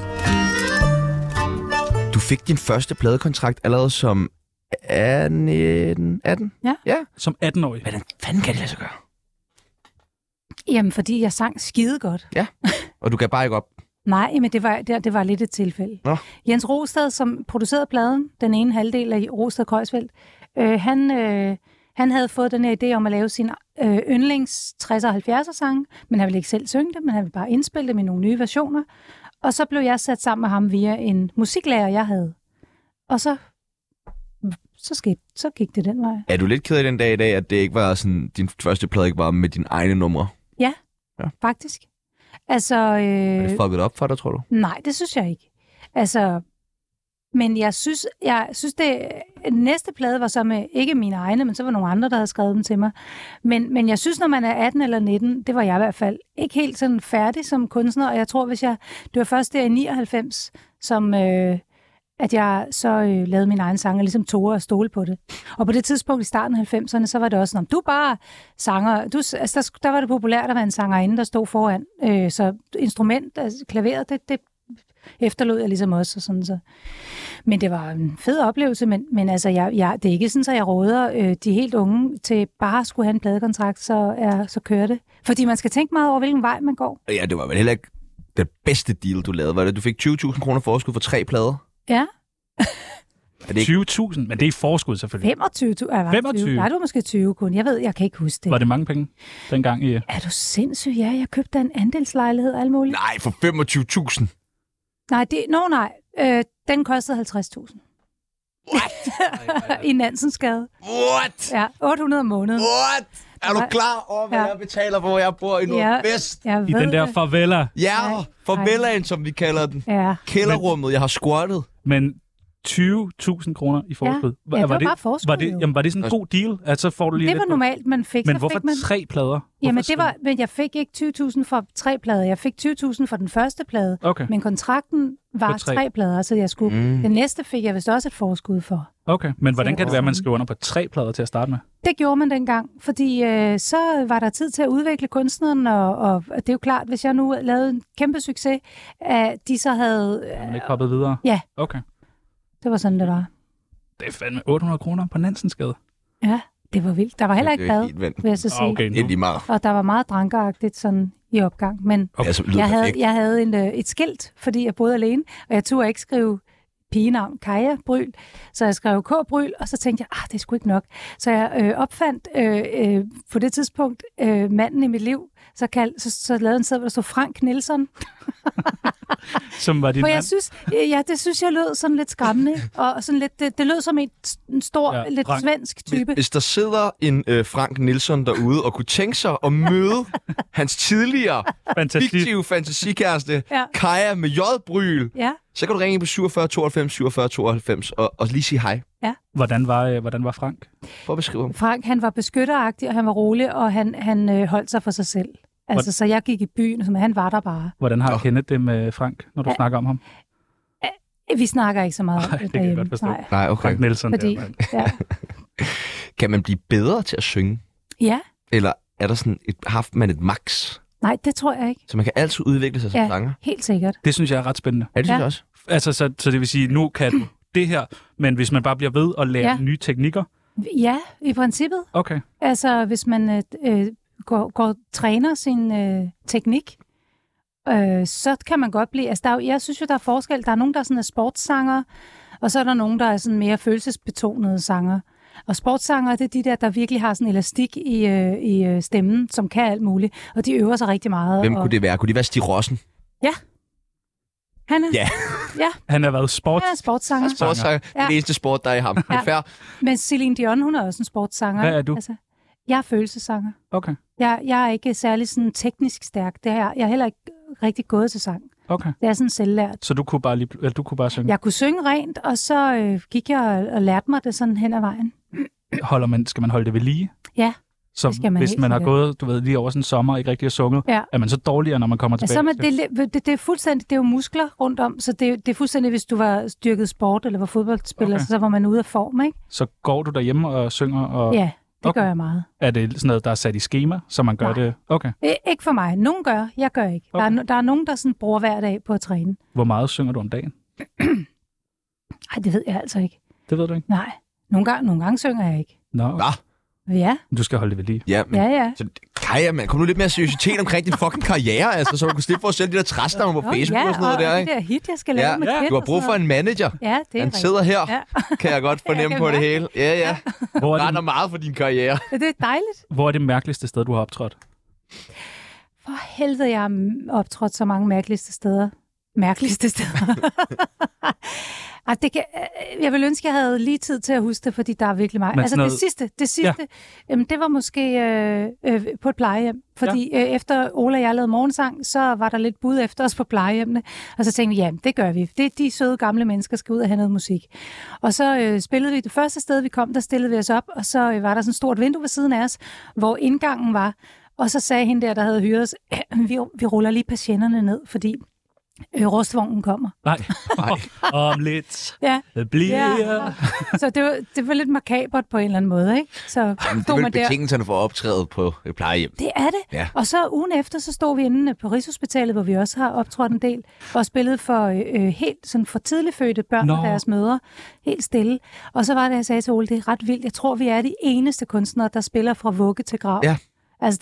Du fik din første pladekontrakt allerede som atten? atten? Ja. Ja. Som atten-årig. Hvordan fanden kan det lade sig gøre? Jamen, fordi jeg sang skide godt. Og du kan bare ikke op. Nej, men det var, det, det var lidt et tilfælde. Nå. Jens Rosted, som producerede pladen, den ene halvdel af Rosted Køjsfeldt, øh, han, øh, han havde fået den her idé om at lave sin øh, yndlings tresser og halvfjerdser sange, men han ville ikke selv synge det, men han ville bare indspille dem i nogle nye versioner. Og så blev jeg sat sammen med ham via en musiklærer, jeg havde. Og så, så, skete, så gik det den vej. Er du lidt ked af den dag i dag, at det ikke var sådan, din første plade ikke var med dine egne numre? Faktisk. Altså, Er øh, det fucket op for dig, tror du? nej, det synes jeg ikke. Altså, men jeg synes, jeg synes det næste plade var så med, ikke mine egne, men så var nogle andre, der havde skrevet dem til mig. Men, men jeg synes, når man er atten eller nitten, det var jeg i hvert fald, ikke helt sådan færdig som kunstner, og jeg tror, hvis jeg, det var først der i nioghalvfems, som, øh, at jeg så øh, lavede min egen sang, og ligesom tog og stole på det. Og på det tidspunkt i starten af halvfemserne, så var det også sådan, du bare sanger, du, altså der, der var det populært at være en sangerinde, der stod foran. Øh, så instrument, altså klaveret, det, det efterlod jeg ligesom også. Og sådan, så. Men det var en fed oplevelse, men, men altså, jeg, jeg, det er ikke sådan, at jeg råder øh, de helt unge til bare at skulle have en pladekontrakt, så, er, så kører det. Fordi man skal tænke meget over, hvilken vej man går. Ja, det var vel heller ikke det bedste deal, du lavede. Var det, du fik tyve tusind kroner forskud for tre plader? Ja. det ikke... tyve tusind, men det er i forskud selvfølgelig. femogtyve tusind? Ja, femogtyve? Nej, det var måske tyve kun. Jeg ved, jeg kan ikke huske det. Var det mange penge dengang i... Er du sindssyg? Ja, jeg købte en andelslejlighed og alt muligt. Nej, for femogtyve tusind. Nej, det... Nå, nej. Øh, den kostede halvtreds tusind. What? I Nansensgade. What? Ja, otte hundrede om måneden. What? Er du klar over, hvad Ja. jeg betaler, hvor jeg bor i Nordvest? Ja, jeg I ved den der det. favela. Ja, Nej. farvelaen, som vi kalder den. Ja. Kælderrummet, jeg har squattet. Men tyve tusind kroner i forskud. Ja, det var bare forskud, var det, jo. jamen, var det sådan en god deal? At så får du lige Det lidt var på- normalt, man fik. Men så hvorfor fik man... tre plader? Hvorfor Jamen, det skal- var, men jeg fik ikke tyve tusind for tre plader. Jeg fik tyve tusind for den første plade. Okay, Men kontrakten var På tre. tre plader, så jeg skulle... Mm. Den næste fik jeg vist også et forskud for. okay. Men hvordan kan det være, at man Så- skriver under på tre plader til at starte med? Det gjorde man dengang, fordi øh, så var der tid til at udvikle kunstneren, og, og det er jo klart, hvis jeg nu lavede en kæmpe succes, at de så havde... Er man ikke hoppet videre? Ja. Okay. Det var sådan, det var. Det er fandme otte hundrede kroner på Nansensgade. Ja, det var vildt. Der var heller ikke Det er bad, helt vildt. vil jeg så sige. Okay, Det er nu. lige meget. Og der var meget drankeragtigt sådan i opgang, men Okay. Altså, det lyder jeg havde, perfekt. jeg havde en, øh, et skilt, fordi jeg boede alene, og jeg turde ikke skrive pigenavn Kaja Bryl, så jeg skrev K. Bryl, og så tænkte jeg, ah, det er sgu ikke nok. Så jeg øh, opfandt øh, øh, på det tidspunkt øh, manden i mit liv, så, kald, så, så lavede en sted, hvor der stod Frank Nielsen. Som var din For jeg mand. synes, øh, ja, det synes jeg lød sådan lidt skræmmende, og sådan lidt, det, det lød som en, en stor, Ja, ja, lidt Frank. svensk type. Hvis der sidder en øh, Frank Nielsen derude og kunne tænke sig at møde hans tidligere Fantasi. fiktive fantasikæreste, Ja. Kaja med J-Bryl, Ja, så kan du ringe ind på syvogfyrre tooghalvfems syvogfyrre tooghalvfems og, og lige sige hej. Hvordan var, øh, hvordan var Frank? Prøv at beskrive ham. Frank, han var beskytteragtig, og han var rolig, og han, han øh, holdt sig for sig selv. Altså, så jeg gik i byen, så han var der bare. Hvordan har Nå. du kendt det med Frank, når du Ja. snakker om ham? Vi snakker ikke så meget om Nej, det det kan jeg derhjemme. godt forstå. Nej, Nej, okay. Frank Nielsen fordi, der, mand. ja. Kan man blive bedre til at synge? ja, Eller er der sådan et, haft man et max? nej, det tror jeg ikke. Så man kan altid udvikle sig som Ja. sanger? Helt sikkert. Det synes jeg er ret spændende. Ja, det synes Ja. jeg også. Altså, så, så det vil sige, nu kan du det her, men hvis man bare bliver ved at lære Ja. nye teknikker, Ja, i princippet. okay. Altså, hvis man øh, øh, går, går træner sin øh, teknik, øh, så kan man godt blive... Altså, der er, jo- jeg synes jo, der er forskel. Der er nogen, der er sådan er sportssanger, og så er der nogen, der er sådan mere følelsesbetonede sanger. Og sportssanger, det er de der, der virkelig har sådan elastik i, øh, i øh, stemmen, som kan alt muligt, og de øver sig rigtig meget. Hvem og... kunne det være? Kunne det være Stig Rossen? Han er, Ja. ja, Han har været sport. han er sportssanger. Sportssanger. Det er Ja. det eneste sport, der er i ham. Ja. Ja. Fair. Men Celine Dion, hun er også en sportssanger. Hvad er du? Altså, jeg er følelsesanger. Okay, Jeg, jeg er ikke særlig sådan teknisk stærk. Det er, jeg Jeg er heller ikke rigtig gået til sang. okay. Det er sådan selvlært. Så du kunne bare, lige, eller, du kunne bare synge? Jeg kunne synge rent, og så øh, gik jeg og, og lærte mig det sådan hen ad vejen. Holder man, skal man holde det ved lige? Ja, Så det skal man hvis helt man har sikkert. gået, du ved, lige over sådan en sommer og ikke rigtig har sunget, Ja. er man så dårligere, når man kommer Ja, tilbage? så man, til- det, det, det, det er fuldstændig, det er jo muskler rundt om, så det, er- det er fuldstændig, hvis du var styrket sport eller var fodboldspiller, Okay. okay. så var man ude af form, ikke? Så går du derhjemme og synger, og Ja, det Okay. gør jeg meget. er det sådan noget, der er sat i schema, så man gør Nej. det? Okay. I- Ikke for mig. Nogen gør, jeg gør ikke. Okay. Der, er, no- der er nogen, der sådan bruger hver dag på at træne. Hvor meget synger du om dagen? Nej, det ved jeg altså ikke. Det ved du ikke? Nej, nogle gange, nogle gange synger jeg ikke. Nå, Hva? Ja, du skal holde det ved lige. Ja, men... ja, ja. Så, Kaja, man, kom nu lidt mere seriøsitet omkring din fucking karriere, altså, så du kunne slippe for at sælge de der træstammer på Nå, Facebook ja, og sådan noget og, der, og ikke? det der hit, jeg skal lave Ja, med ja, Kent Du har og brug sådan for en manager. noget. Ja, det er Han rigtigt. sidder her, Ja. kan jeg godt fornemme Jeg på kan det mærke. hele. Ja, ja. Hvor er, Brænder det, meget for din karriere. Det er dejligt. hvor er det mærkeligste sted, du har optrådt? For helvede, jeg har optrådt så mange mærkeligste steder. Mærkeligste steder. Ej, det kan, jeg vil ønske, jeg havde lige tid til at huske det, fordi der er virkelig meget. Men Altså sådan det noget- sidste, det sidste ja. jamen, det var måske øh, øh, på et plejehjem. Fordi ja. øh, efter Ola og jeg lavede morgensang, så var der lidt bud efter os på plejehjemmene. Og så tænkte vi, ja, det gør vi. Det, de søde gamle mennesker skal ud og have noget musik. Og så øh, spillede vi det første sted, vi kom, der stillede vi os op, og så øh, var der sådan et stort vindue ved siden af os, hvor indgangen var. Og så sagde hende der, der havde hyret os, vi, vi ruller lige patienterne ned, fordi øh, rustvognen kommer. Nej. Om lidt Ja. bliver... Ja. Så det var, det var lidt makabert på en eller anden måde, ikke? Så Jamen, det er stod vel man der. betingelserne for at optræde på et plejehjem. Det er det. Ja. Og så ugen efter, så stod vi inde på Rigshospitalet, hvor vi også har optrådt en del, og spillet for øh, helt sådan for tidligt fødte børn Nå. og deres mødre, helt stille. Og så var det, jeg sagde til Ole, det er ret vildt. Jeg tror, vi er de eneste kunstnere, der spiller fra vugge til grav. Ja. Altså, det er jo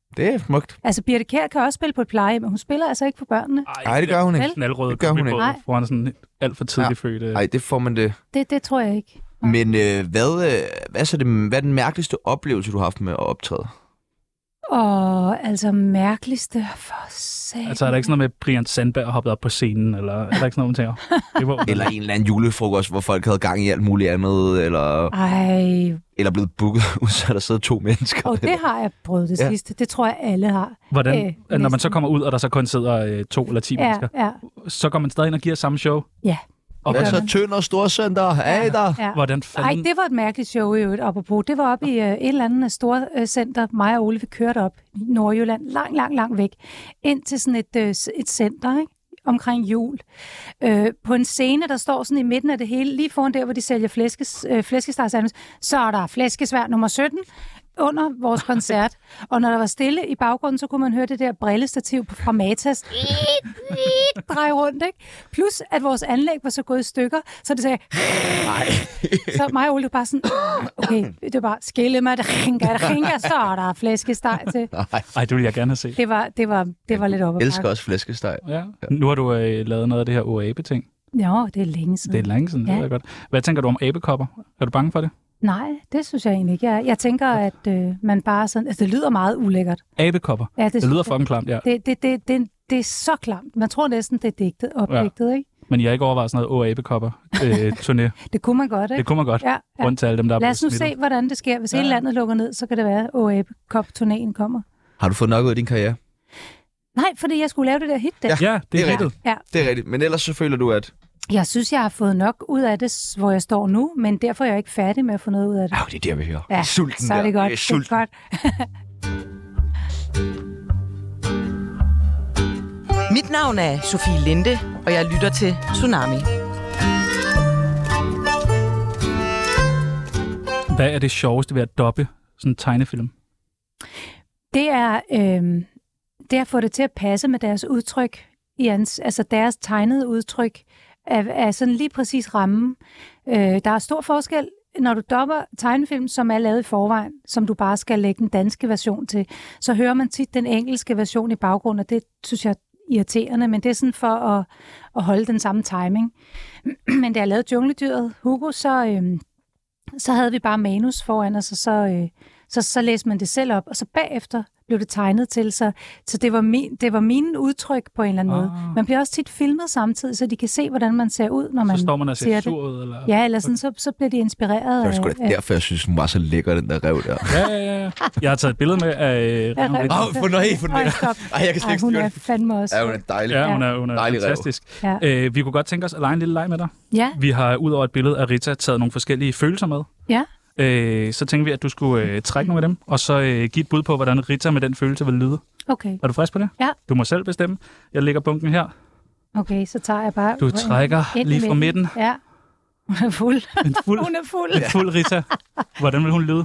Det er smukt. Altså, Birthe Kjær kan også spille på et plejehjem, men hun spiller altså ikke for børnene. Nej, det gør hun ikke. Knaldrøde Det gør hun ikke. hvor han er sådan alt for tidligt Ja. født. Øh. Nej, det får man det. Det, det tror jeg ikke. Men øh, hvad, øh, hvad, så det, hvad er den mærkeligste oplevelse, du har haft med at optræde? Og altså mærkeligste for satan. Altså er der ikke sådan noget med Brian Sandberg hoppet op på scenen, eller er der ikke sådan noget, man tænker? Det var Eller en eller anden julefrokost, hvor folk havde gang i alt muligt andet, eller, Ej, eller blevet booket ud, så der sidder to mennesker. og det har jeg prøvet det Ja. ja. sidste. Det tror jeg, alle har. Hvordan, Øh, når man så næsten. kommer ud, og der så kun sidder øh, to eller ti Ja, mennesker, ja, så går man stadig ind og giver samme show? ja. Og Hvad hvordan, så Tønder Storcenter? Hey der! ja. hvordan Ej, fanden... det var et mærkeligt show i øvrigt, apropos. Det var oppe i uh, et eller andet storcenter. Mig og Ole, vi kørte op i Nordjylland, lang, lang, lang væk, ind til sådan et, uh, et center, ikke? Omkring jul. Uh, på en scene, der står sådan i midten af det hele, lige foran der, hvor de sælger flæskes, uh, flæskestegsandvis, så er der flæskesvær nummer sytten under vores koncert. Og når der var stille i baggrunden, så kunne man høre det der brillestativ fra Matas dreje rundt, ikke? Plus, at vores anlæg var så gået i stykker, så det sagde... Så mig og Ole bare sådan... Okay, det var skille mig, der ringer, der ringer, så er der flæskesteg til. Ej, det vil jeg gerne have set. Det var, det var, det var lidt op ad Jeg elsker bakke. også flæskesteg. Ja. Nu har du øh, lavet noget af det her O A-B-ting. Jo, det er længe siden. Det er længe siden, Ja. det ved jeg godt. Hvad tænker du om abekopper? Er du bange for det? Nej, det synes jeg egentlig ikke. Jeg, jeg tænker, at øh, man bare sådan... Altså, det lyder meget ulækkert. Abekopper? Ja, det, Det synes lyder jeg. fucking klamt, ja. Det, det, det, det, det er så klamt. Man tror næsten, det er digtet, opdigtet, ja. Ikke? Men jeg har ikke overvejet sådan noget O A-bekopper øh, turné. Det kunne man godt, ikke? Det kunne man godt. Ja, ja. Rundt til alle dem, der er Lad blevet os nu smittet. se, hvordan det sker. Hvis Ja. ja. hele landet lukker ned, så kan det være, at O A Cup-turnéen kommer. Har du fået nok ud af din karriere? Nej, fordi jeg skulle lave det der hit der. Ja. Ja, det Det er er rigtigt. Ja. Det er rigtigt. Men ellers så føler du, at... Jeg synes, jeg har fået nok ud af det, hvor jeg står nu, men derfor er jeg ikke færdig med at få noget ud af det. Ja, det er der, vi hører. Ja, Sulten så er det der. godt. Jeg er Det sulten. er godt. Mit navn er Sofie Linde, og jeg lytter til Tsunami. Hvad er det sjoveste ved at doppe sådan en tegnefilm? Det er, øh, det er at få det til at passe med deres udtryk, i ans, altså deres tegnede udtryk, er, er sådan lige præcis rammen. Øh, der er stor forskel, når du dopper tegnefilm, som er lavet i forvejen, som du bare skal lægge den danske version til, så hører man tit den engelske version i baggrunden, og det synes jeg er irriterende, men det er sådan for at, at holde den samme timing. Men da jeg lavede Jungledyret Hugo, så, øh, så havde vi bare manus foran os, og så, øh, så, så læste man det selv op, og så bagefter blev det tegnet til, så, så det, var min, det var mine udtryk på en eller anden Ah. måde. Man bliver også tit filmet samtidig, så de kan se, hvordan man ser ud, når man Så står man og siger ser det. sur ud, eller? Ja, eller sådan, så, så bliver de inspireret Det var sgu af... da derfor, jeg synes, hun var så lækker, den der rev der. Ja, ja, ja. Jeg har taget et billede med af... Ja, Ravn rev. Ritz. Åh, for nej, for nej. Ej, stop. Ej, jeg kan slet Ej, ikke hun styre er det. fandme også. Ja, hun er dejlig. Ja, hun er, hun er Dejlig rev. fantastisk. Ja. Øh, vi kunne godt tænke os at lege en lille leg med dig. Ja, Vi har ud over et billede af Rita taget nogle forskellige følelser med. ja. Øh, så tænkte vi, at du skulle øh, trække nogle af dem, og så øh, give et bud på, hvordan Rita med den følelse vil lyde. Okay. Er du frisk på det? Ja. Du må selv bestemme. Jeg lægger bunken her. Okay, så tager jeg bare... Du trækker ind i lige fra midten. Ja. Hun er fuld. En fuld, Hun er fuld. en fuld Rita. Hvordan vil hun lyde?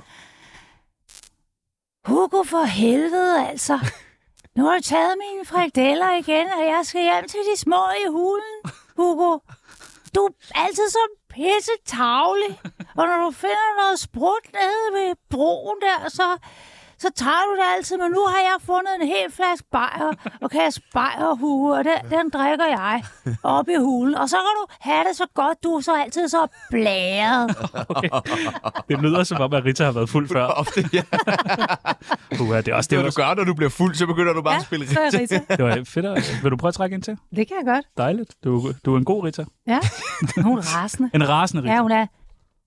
Hugo, for helvede altså. Nu har du taget mine frikadeller igen, og jeg skal hjem til de små i hulen. Hugo, du er altid så pisse tavlig. Og når du finder noget sprut nede ved broen der, så, så tager du det altid. Men nu har jeg fundet en hel flaske bajer og kasse bajer, Hugo, og den, den drikker jeg op i hulen. Og så kan du have det så godt, du er så altid så blæret. Okay. Det lyder som om, at Rita har været fuld før. Ofte, ja. Uha, det er også Det, det, hvad du gør, når du bliver fuld, så begynder du bare Ja, at spille så er rigtigt. Rita. det var fedt. at- Vil du prøve at trække ind til? Det kan jeg godt. Dejligt. Du, du er en god Rita. Ja, hun er rasende. En rasende Rita. Ja, hun er...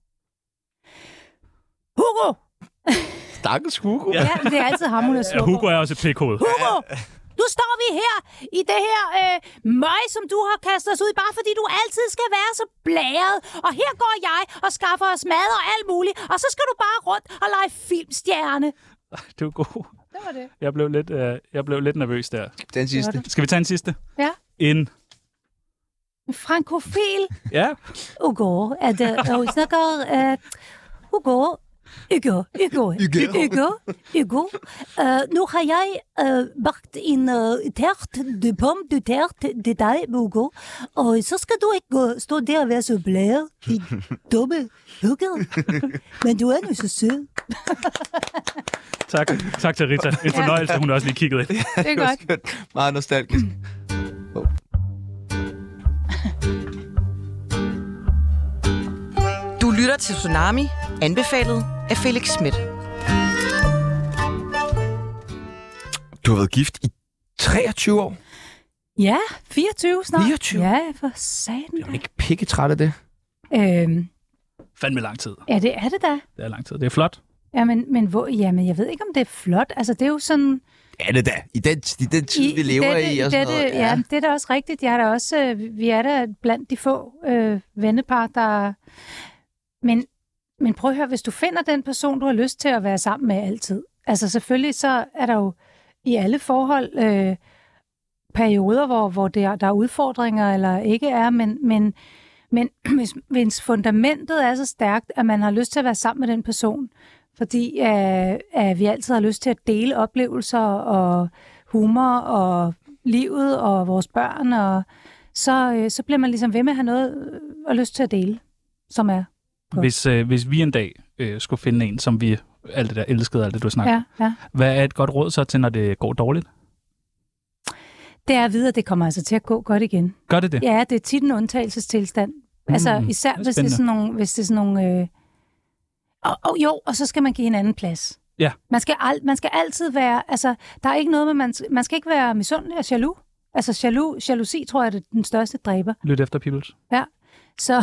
Hugo! Stakkels Hugo. Ja. Ja, det er altid ham, hun er Ja, sur Hugo på. er også et pikhoved. Hugo! Nu står vi her i det her øh, møg, som du har kastet os ud i, bare fordi du altid skal være så blæret. Og her går jeg og skaffer os mad og alt muligt, og så skal du bare rundt og lege filmstjerne. Du er god. Det var det. Jeg blev lidt, øh, jeg blev lidt nervøs der. Den sidste. Skal vi tage en sidste? Ja. En. Frankofil Ja. Hugo. Er det, og vi snakker... Øh, Hugo, I går, i går, I går. i går, i går. Uh, nu har jeg uh, bagt en uh, tært de pomme de tært til dig, Hugo. Og så skal du ikke gå, stå der og være så blæret, din dumme hugger. Men du er nu så sød. Tak. Tak til Rita. En fornøjelse, hun har også lige kigget ind. Det er godt. Skønt. Meget nostalgisk. Oh. Du lytter til Tsunami, anbefalet af Felix Schmidt. Du har været gift i treogtyve år. Ja, fireogtyve snart. fireogtyve? Ja, for satan. Jeg er ikke pikketræt af det. Øhm, Fandme lang tid. ja, det er det da. Det er lang tid. Det er flot. Ja, men, men hvor, jamen, jeg ved ikke, om det er flot. Altså, det er jo sådan... Ja, det da. I den, i den tid, vi lever dette, i og sådan dette, noget. Ja. ja, det er da også rigtigt. Jeg er da også, øh, vi er da blandt de få øh, vennepar, der... Men, men prøv at høre, hvis du finder den person, du har lyst til at være sammen med altid. Altså selvfølgelig, så er der jo i alle forhold øh, perioder, hvor, hvor det er, der er udfordringer eller ikke er, men, men, men hvis, hvis fundamentet er så stærkt, at man har lyst til at være sammen med den person, fordi øh, at vi altid har lyst til at dele oplevelser og humor og livet og vores børn, og så, øh, så bliver man ligesom ved med at have noget øh, og lyst til at dele, som er godt. Hvis, øh, hvis vi en dag øh, skulle finde en, som vi alt det der elskede, alt det du snakker, Ja, ja. hvad er et godt råd så til, når det går dårligt? Det er at vide, at det kommer altså til at gå godt igen. Gør det det? Ja, det er tit en undtagelsestilstand. Mm, altså især det er hvis det er sådan nogle... Hvis det er sådan nogle øh... og, og jo, og så skal man give hinanden plads. Ja. Man skal, al, man skal altid være... Altså, der er ikke noget med... Man, man skal ikke være misundelig og jaloux. Altså, jaloux, jalousi tror jeg er den største dræber. Lyt efter, Peoples. Ja. Så,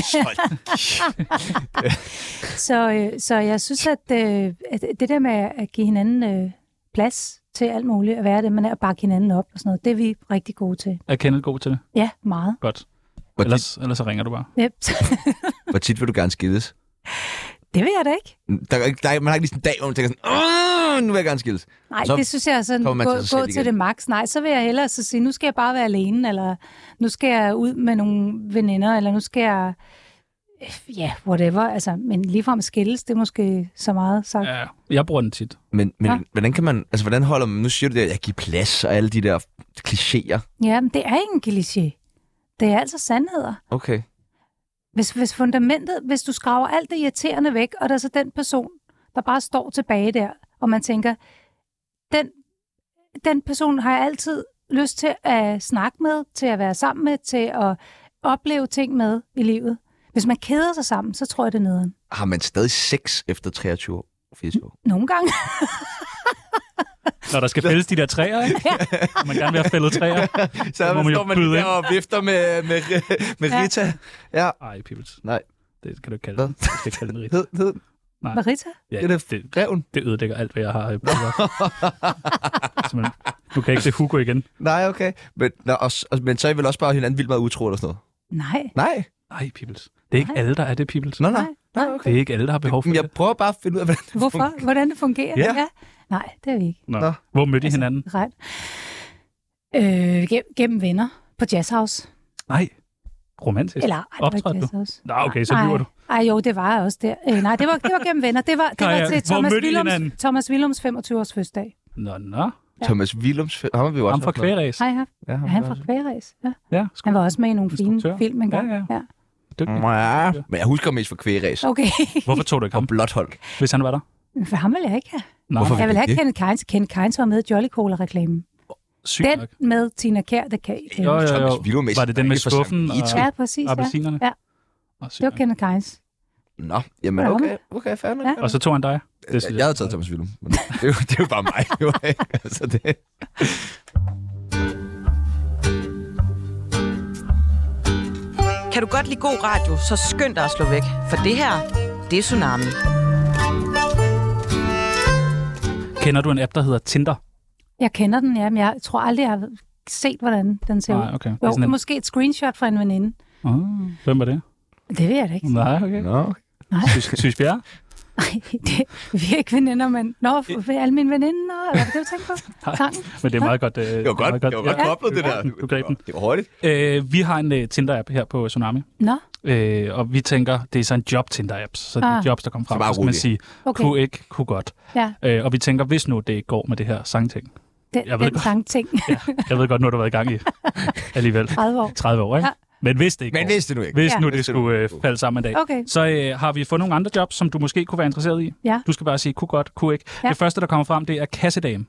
så, øh, så jeg synes, at, øh, at det der med at give hinanden øh, plads til alt muligt, at være det, man er at bakke hinanden op og sådan noget, det er vi rigtig gode til. Er Kenneth god til det? Ja, meget. Godt. Hvor Ellers, ellers så ringer du bare. Yep. Hvor tit vil du gerne skilles? Det vil jeg da ikke. Der, er ikke- der, er- man har ikke lige sådan en dag, hvor man tænker sådan, Åh, nu vil jeg gerne skilles. Nej, Så det synes jeg er sådan, kommer man gå, til sig selv gå til igen. det max. Nej, så vil jeg hellere så sige, nu skal jeg bare være alene, eller nu skal jeg ud med nogle veninder, eller nu skal jeg, ja, yeah, whatever. Altså, men ligefrem at skilles, det er måske så meget sagt. Ja, jeg bruger den tit. Men, men Ja. hvordan kan man, altså hvordan holder man, nu siger du det, at jeg giver plads og alle de der klichéer. Ja, men det er ikke en kliché. Det er altså sandheder. Okay. Hvis, hvis fundamentet, hvis du skraver alt det irriterende væk, og der er så den person, der bare står tilbage der, og man tænker, den, den person har jeg altid lyst til at snakke med, til at være sammen med, til at opleve ting med i livet. Hvis man keder sig sammen, så tror jeg, det er nederen. Har man stadig sex efter treogtyve år? fireogtyve år? Nogle gange. Når der skal fældes de der træer, ikke? Når man gerne vil have fældet træer. Så må man jo står man byde lige ind. der og vifter med, med, med Ja. Rita. Ja. Ej, Peoples. Nej. Det kan du ikke kalde Hvad? den. Du skal ikke kalde den Rita. Hed, hed. Nej. Marita? Ja, Det er det, Greven. det ødelægger alt, hvad jeg har. Simpelthen. Du kan ikke se Hugo igen. Nej, okay. Men, nå, og, og, men så er I vel også bare hinanden vildt meget utro eller sådan noget? Nej. Nej. Nej, Peoples. Det er ikke Nej. alle, der er det, Peoples. Nå, nej. Nej. Nej, Det okay. er ikke alle, der har behov for Men det. jeg prøver bare at finde ud af, hvordan det Hvorfor? fungerer. Hvordan det fungerer? Ja. Nej, det er vi ikke. Nå. Nå. Hvor mødte I hinanden? Ret. Øh, gennem, gennem venner på Jazz House. Nej. Romantisk. Eller ej, det var Optrådte ikke du? Jazz House. Nå, okay, så Nej. lyver du. Ej, jo, det var jeg også der. Øh, nej, det var, det var gennem venner. Det var, det Kaja, var til hvor Thomas mødte I hinanden? Willems, Thomas Willems femogtyve års fødselsdag. Nå, nå. Thomas Willems, ham har vi jo også Ham fra haft med. Kværæs. Hej, han. Ja, Ja, ham han har fra vi også. Kværæs. Ja. Ja, Han var også med i nogle fine Instruktør. film engang. Ja, ja. Ja. dygtig. Ja, men jeg husker mest for kvægeræs Okay. Hvorfor tog du ikke og ham, blåthold. hvis han var der? For ham vil jeg ikke have. Nå, Hvorfor? Jeg vil have det? Kenneth Kainz. Kenneth Kainz var med i Jolly Cola-reklamen. sygt Den nok. med Tina Kjær, det kan I. Jo, jo, Thomas jo. Willum er Var det den med ikke for skuffen Sambito. og Ja, præcis. Ja. appelsinerne? Ja. Åh, sygt Det var nok. Kenneth Kainz. Nå, jamen Hvad okay, okay, fair nok. Ja. fair Og så tog han dig? nok. Jeg, jeg havde taget Thomas Willum, men det er jo, det er jo bare mig. Jo, ikke? altså, det. Kan du godt lide god radio, så skynd dig at slå væk. For det her, det er Tsunami. Kender du en app, der hedder Tinder? Jeg kender den, ja, men jeg tror aldrig, jeg har set, hvordan den ser ud. Nej, okay. Det Jo, er det sådan er en... måske et screenshot fra en veninde. Oh, hvem var det? Det ved jeg da ikke. Nej, okay. Nå, okay. Nej, Sys, Sys Bjerre? nej, det, vi er ikke veninder, men... Nå, for, for alle mine veninder, eller hvad det, du tænker på? Sangen? Men det er meget godt. Øh, Det var godt, det var godt Ja. koblet, det der. Du greb den. Det var hurtigt. Øh, vi har en uh, Tinder-app her på Tsunami. Nå, Øh, og vi tænker, det er så en job-Tinder-apps, så det er Ah. jobs, der kommer frem. Så bare Så skal man rolig. sige, Okay. kunne ikke, kunne godt. Ja, Øh, og vi tænker, hvis nu det ikke går med det her sangting. den, Jeg ved den godt. sang ting. Ja, jeg ved godt, nu har du været i gang i alligevel tredive år. tredive år, ikke? Ja. Men hvis det ikke Men går, hvis det nu ikke. hvis Ja. nu det Hvis det nu skulle øh, ikke går. falde sammen en dag, Okay. så øh, har vi fundet nogle andre jobs, som du måske kunne være interesseret i. Ja. Du skal bare sige, kunne godt, kunne ikke. Ja. Det første, der kommer frem, det er kassedame.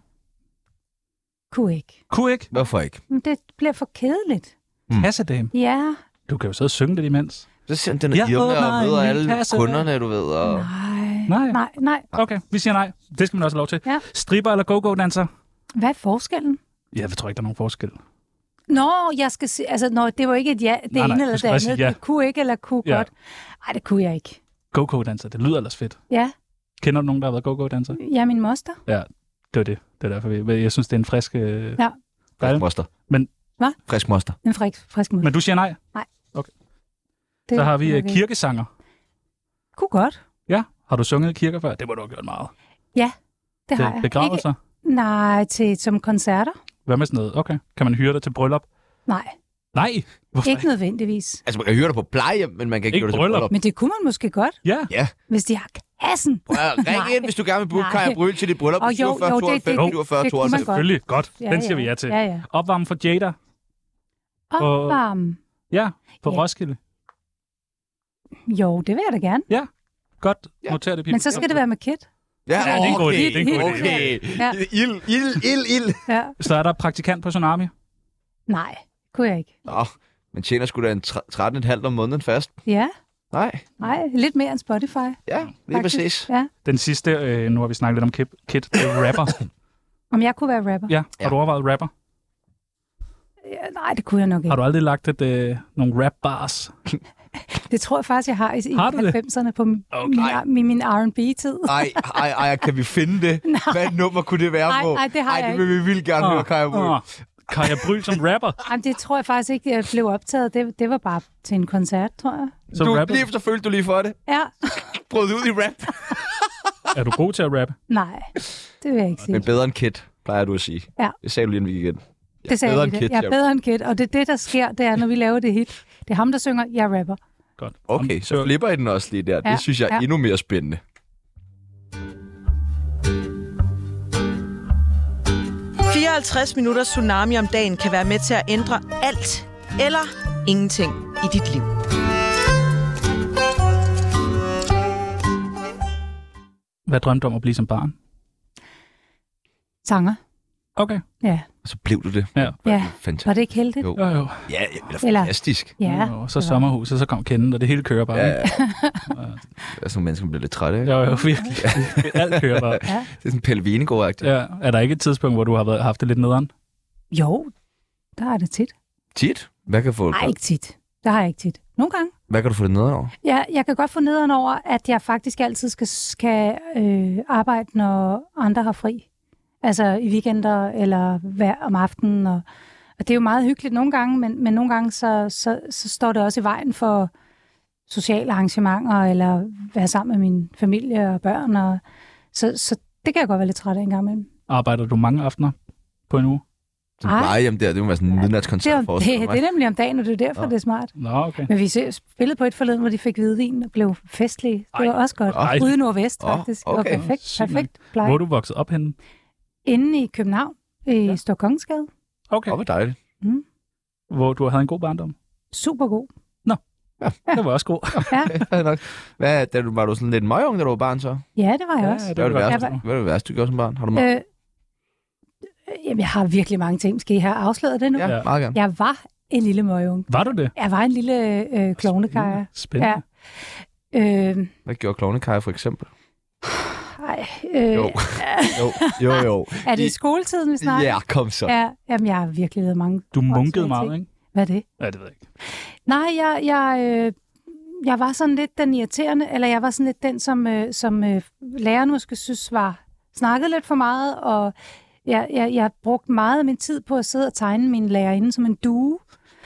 Kunne ikke. Kunne ikke? Hvorfor ikke? Men det bliver for kedeligt. Mm. Kassedame. Ja. Du kan jo sidde og synge det imens. Så siger den Jeg irrende åbner og møder en alle kasse. kunderne, du ved. Og... Nej. Nej. Nej, nej. Okay, vi siger nej. Det skal man også have lov til. Ja. Stripper eller go-go-danser? Hvad er forskellen? Jeg tror ikke, der er nogen forskel. Nå, jeg skal se, altså, nå, det var ikke et ja, det Nej, nej, ene du eller skal det bare andet. sige ja. Det kunne ikke eller kunne Ja. godt. Nej, det kunne jeg ikke. Go-go-danser, det lyder ellers fedt. Ja, Kender du nogen, der har været go-go-danser? jeg er min moster. Det var det. Det er derfor, vi, jeg synes, det er en frisk... Øh... Ja. Frisk moster. Men- Hvad? Frisk moster. En frisk, frisk moster. Men du siger nej? Det, Så har vi okay. okay. kirkesanger. Kunne godt. Ja. Har du sunget i kirker før? Det må du have gjort meget. Det har Til jeg. begravelser? Ikke, nej, til, som koncerter? Hvad med sådan noget? Okay. Kan man hyre dig til bryllup? Nej, Nej! Hvorfor ikke nødvendigvis. Altså, man kan høre dig på plejehjem, men man kan ikke, Ikke gøre det til bryllup. bryllup. Men det kunne man måske godt, Ja. hvis de har kassen. Prøv at ring Nej. ind, hvis du gerne vil booke Nej. Kaja Bryl til dit bryllup. Og jo, syvogfyrre jo, det- tooghalvfems, det- det- syvogfyrre det kunne man tooghalvfems. godt. Selvfølgelig. Godt. Ja, Den siger ja. vi ja til. Ja, ja. Opvarme for Jada. Opvarme. Ja, på Ja. Roskilde. Jo, det vil jeg da gerne. Godt. Ja. Noter det, Pippi. Men så skal det være med Kit. Ja, Ja, det er en god idé, okay. det er en god idé. Okay. Ja. Ild, ild, ild, ild. Ja. Så er der praktikant på Tsunami. Nej, kunne jeg ikke. Nå, men tjener sgu da en tre- tretten komma fem om måneden fast. Ja, Nej, nej, lidt mere end Spotify. ja, lige præcis. Ja. Den sidste, øh, nu har vi snakket lidt om Kip, Kit, det er rapper. Om jeg kunne være rapper? Ja, har Ja. du overvejet rapper? Ja, nej, det kunne jeg nok ikke. Har du aldrig lagt et, øh, nogle rap bars? Det tror jeg faktisk, jeg har i, i Har du det? halvfemserne på min, Okay. min, min, min R and B-tid. Ej, ej, ej, kan vi finde det? Nej. Hvad nummer kunne det være Ej, på? ej, det har ej, jeg det vil vi vildt gerne høre, Kaja Bryl. Åh, Kaja Bryl som rapper. Jamen, det tror jeg faktisk ikke, jeg blev optaget. Det, det var bare til en koncert, tror jeg. Så Du, rapper. lige efter følte du lige for det. Ja. Brød ud i rap. Er du god til at rappe? Nej, det vil jeg ikke sige. Men bedre end Kit, plejer du at sige. Ja. Det sagde du lige, inden vi gik ind. Det sagde bedre jeg end lige. Kid, Jeg er ja. bedre end Kid, og det er det, der sker, det er, når vi laver det hit. Det er ham, der synger, jeg rapper. Godt. Okay, Om- så flipper I den også lige der. Ja, Det synes jeg er ja. endnu mere spændende. fireoghalvtreds minutter tsunami om dagen kan være med til at ændre alt eller ingenting i dit liv. Hvad drømte du om at blive som barn? Sanger. Okay. Ja. Og så blev du det. Ja. Ja. Fantastisk. Var det ikke heldigt? Jo. Jo, jo. Ja, eller Eller- fantastisk. Ja. jo så det var- sommerhuset, så kom Kenden, og det hele kører bare. Ja, Ja. ja. Der er sådan nogle mennesker, der bliver lidt trætte. Ikke? Jo, jo, virkelig. Alt kører bare. Det er sådan Pelle Venegård-agtigt. Ja. Er der ikke et tidspunkt, hvor du har været, haft det lidt nederen? Jo, der er det tit. Tit? Hvad kan, få, Nej, ikke tit. Der har jeg ikke tit. Nogle gange. hvad kan du få det nedad over? Ja, jeg kan godt få nederen over, at jeg faktisk altid skal, skal øh, arbejde, når andre har fri. Altså i weekender eller hver om aftenen. Og, og det er jo meget hyggeligt nogle gange, men, men nogle gange så, så, så står det også i vejen for sociale arrangementer, eller være sammen med min familie og børn. Og, så, så det kan jeg godt være lidt træt af en gang imellem. Arbejder du mange aftener på en uge? Sådan Ej. plejehjem der, det må være sådan en Det midnatskoncert er, for det, det er nemlig om dagen, og det er derfor, Nå. det er smart. Nå, okay. Men vi se- spillede på et forleden, hvor de fik hvidvin og blev festlige. Det Ej. var også godt. Ej. Ude i Nordvest, Åh, faktisk. okay. Det var perfekt, Sygt nok. perfekt pleje. Hvor er du vokset op henne? Inde i København, i Ja. ja. Storkongensgade. Okay. Åh, hvor dejligt. Hvor du havde en god barndom? Super god. Det var også god. Ja, Fair nok. Hvad, da du, var du sådan lidt møgung, da du var barn så? ja det var jeg Ja, også. det Hvad var det var værste, godt. hvad var det værste, du gjorde som barn? Har du meget? Øh, jamen, jeg har virkelig mange ting. Skal I have afsløret det nu? Ja, Ja. meget gerne. Jeg var en lille møgung. Var du det? Jeg var en lille øh, klovnekajer. Spændende. Ja. Øh, Hvad gjorde Klovnekaja for eksempel? ej, øh, Jo. Jo, jo, jo. er det I- i skoletiden, vi snakker? Ja, kom så. Ja, jamen, jeg har virkelig lavet mange Du munkede åndssvage meget, ting. ikke? Hvad er det? Ja, det ved jeg ikke. Nej, jeg, jeg, øh, jeg var sådan lidt den irriterende, eller jeg var sådan lidt den, som, øh, som øh, læreren måske synes var snakket lidt for meget, og jeg, jeg, jeg brugte meget af min tid på at sidde og tegne min lærerinde som en due,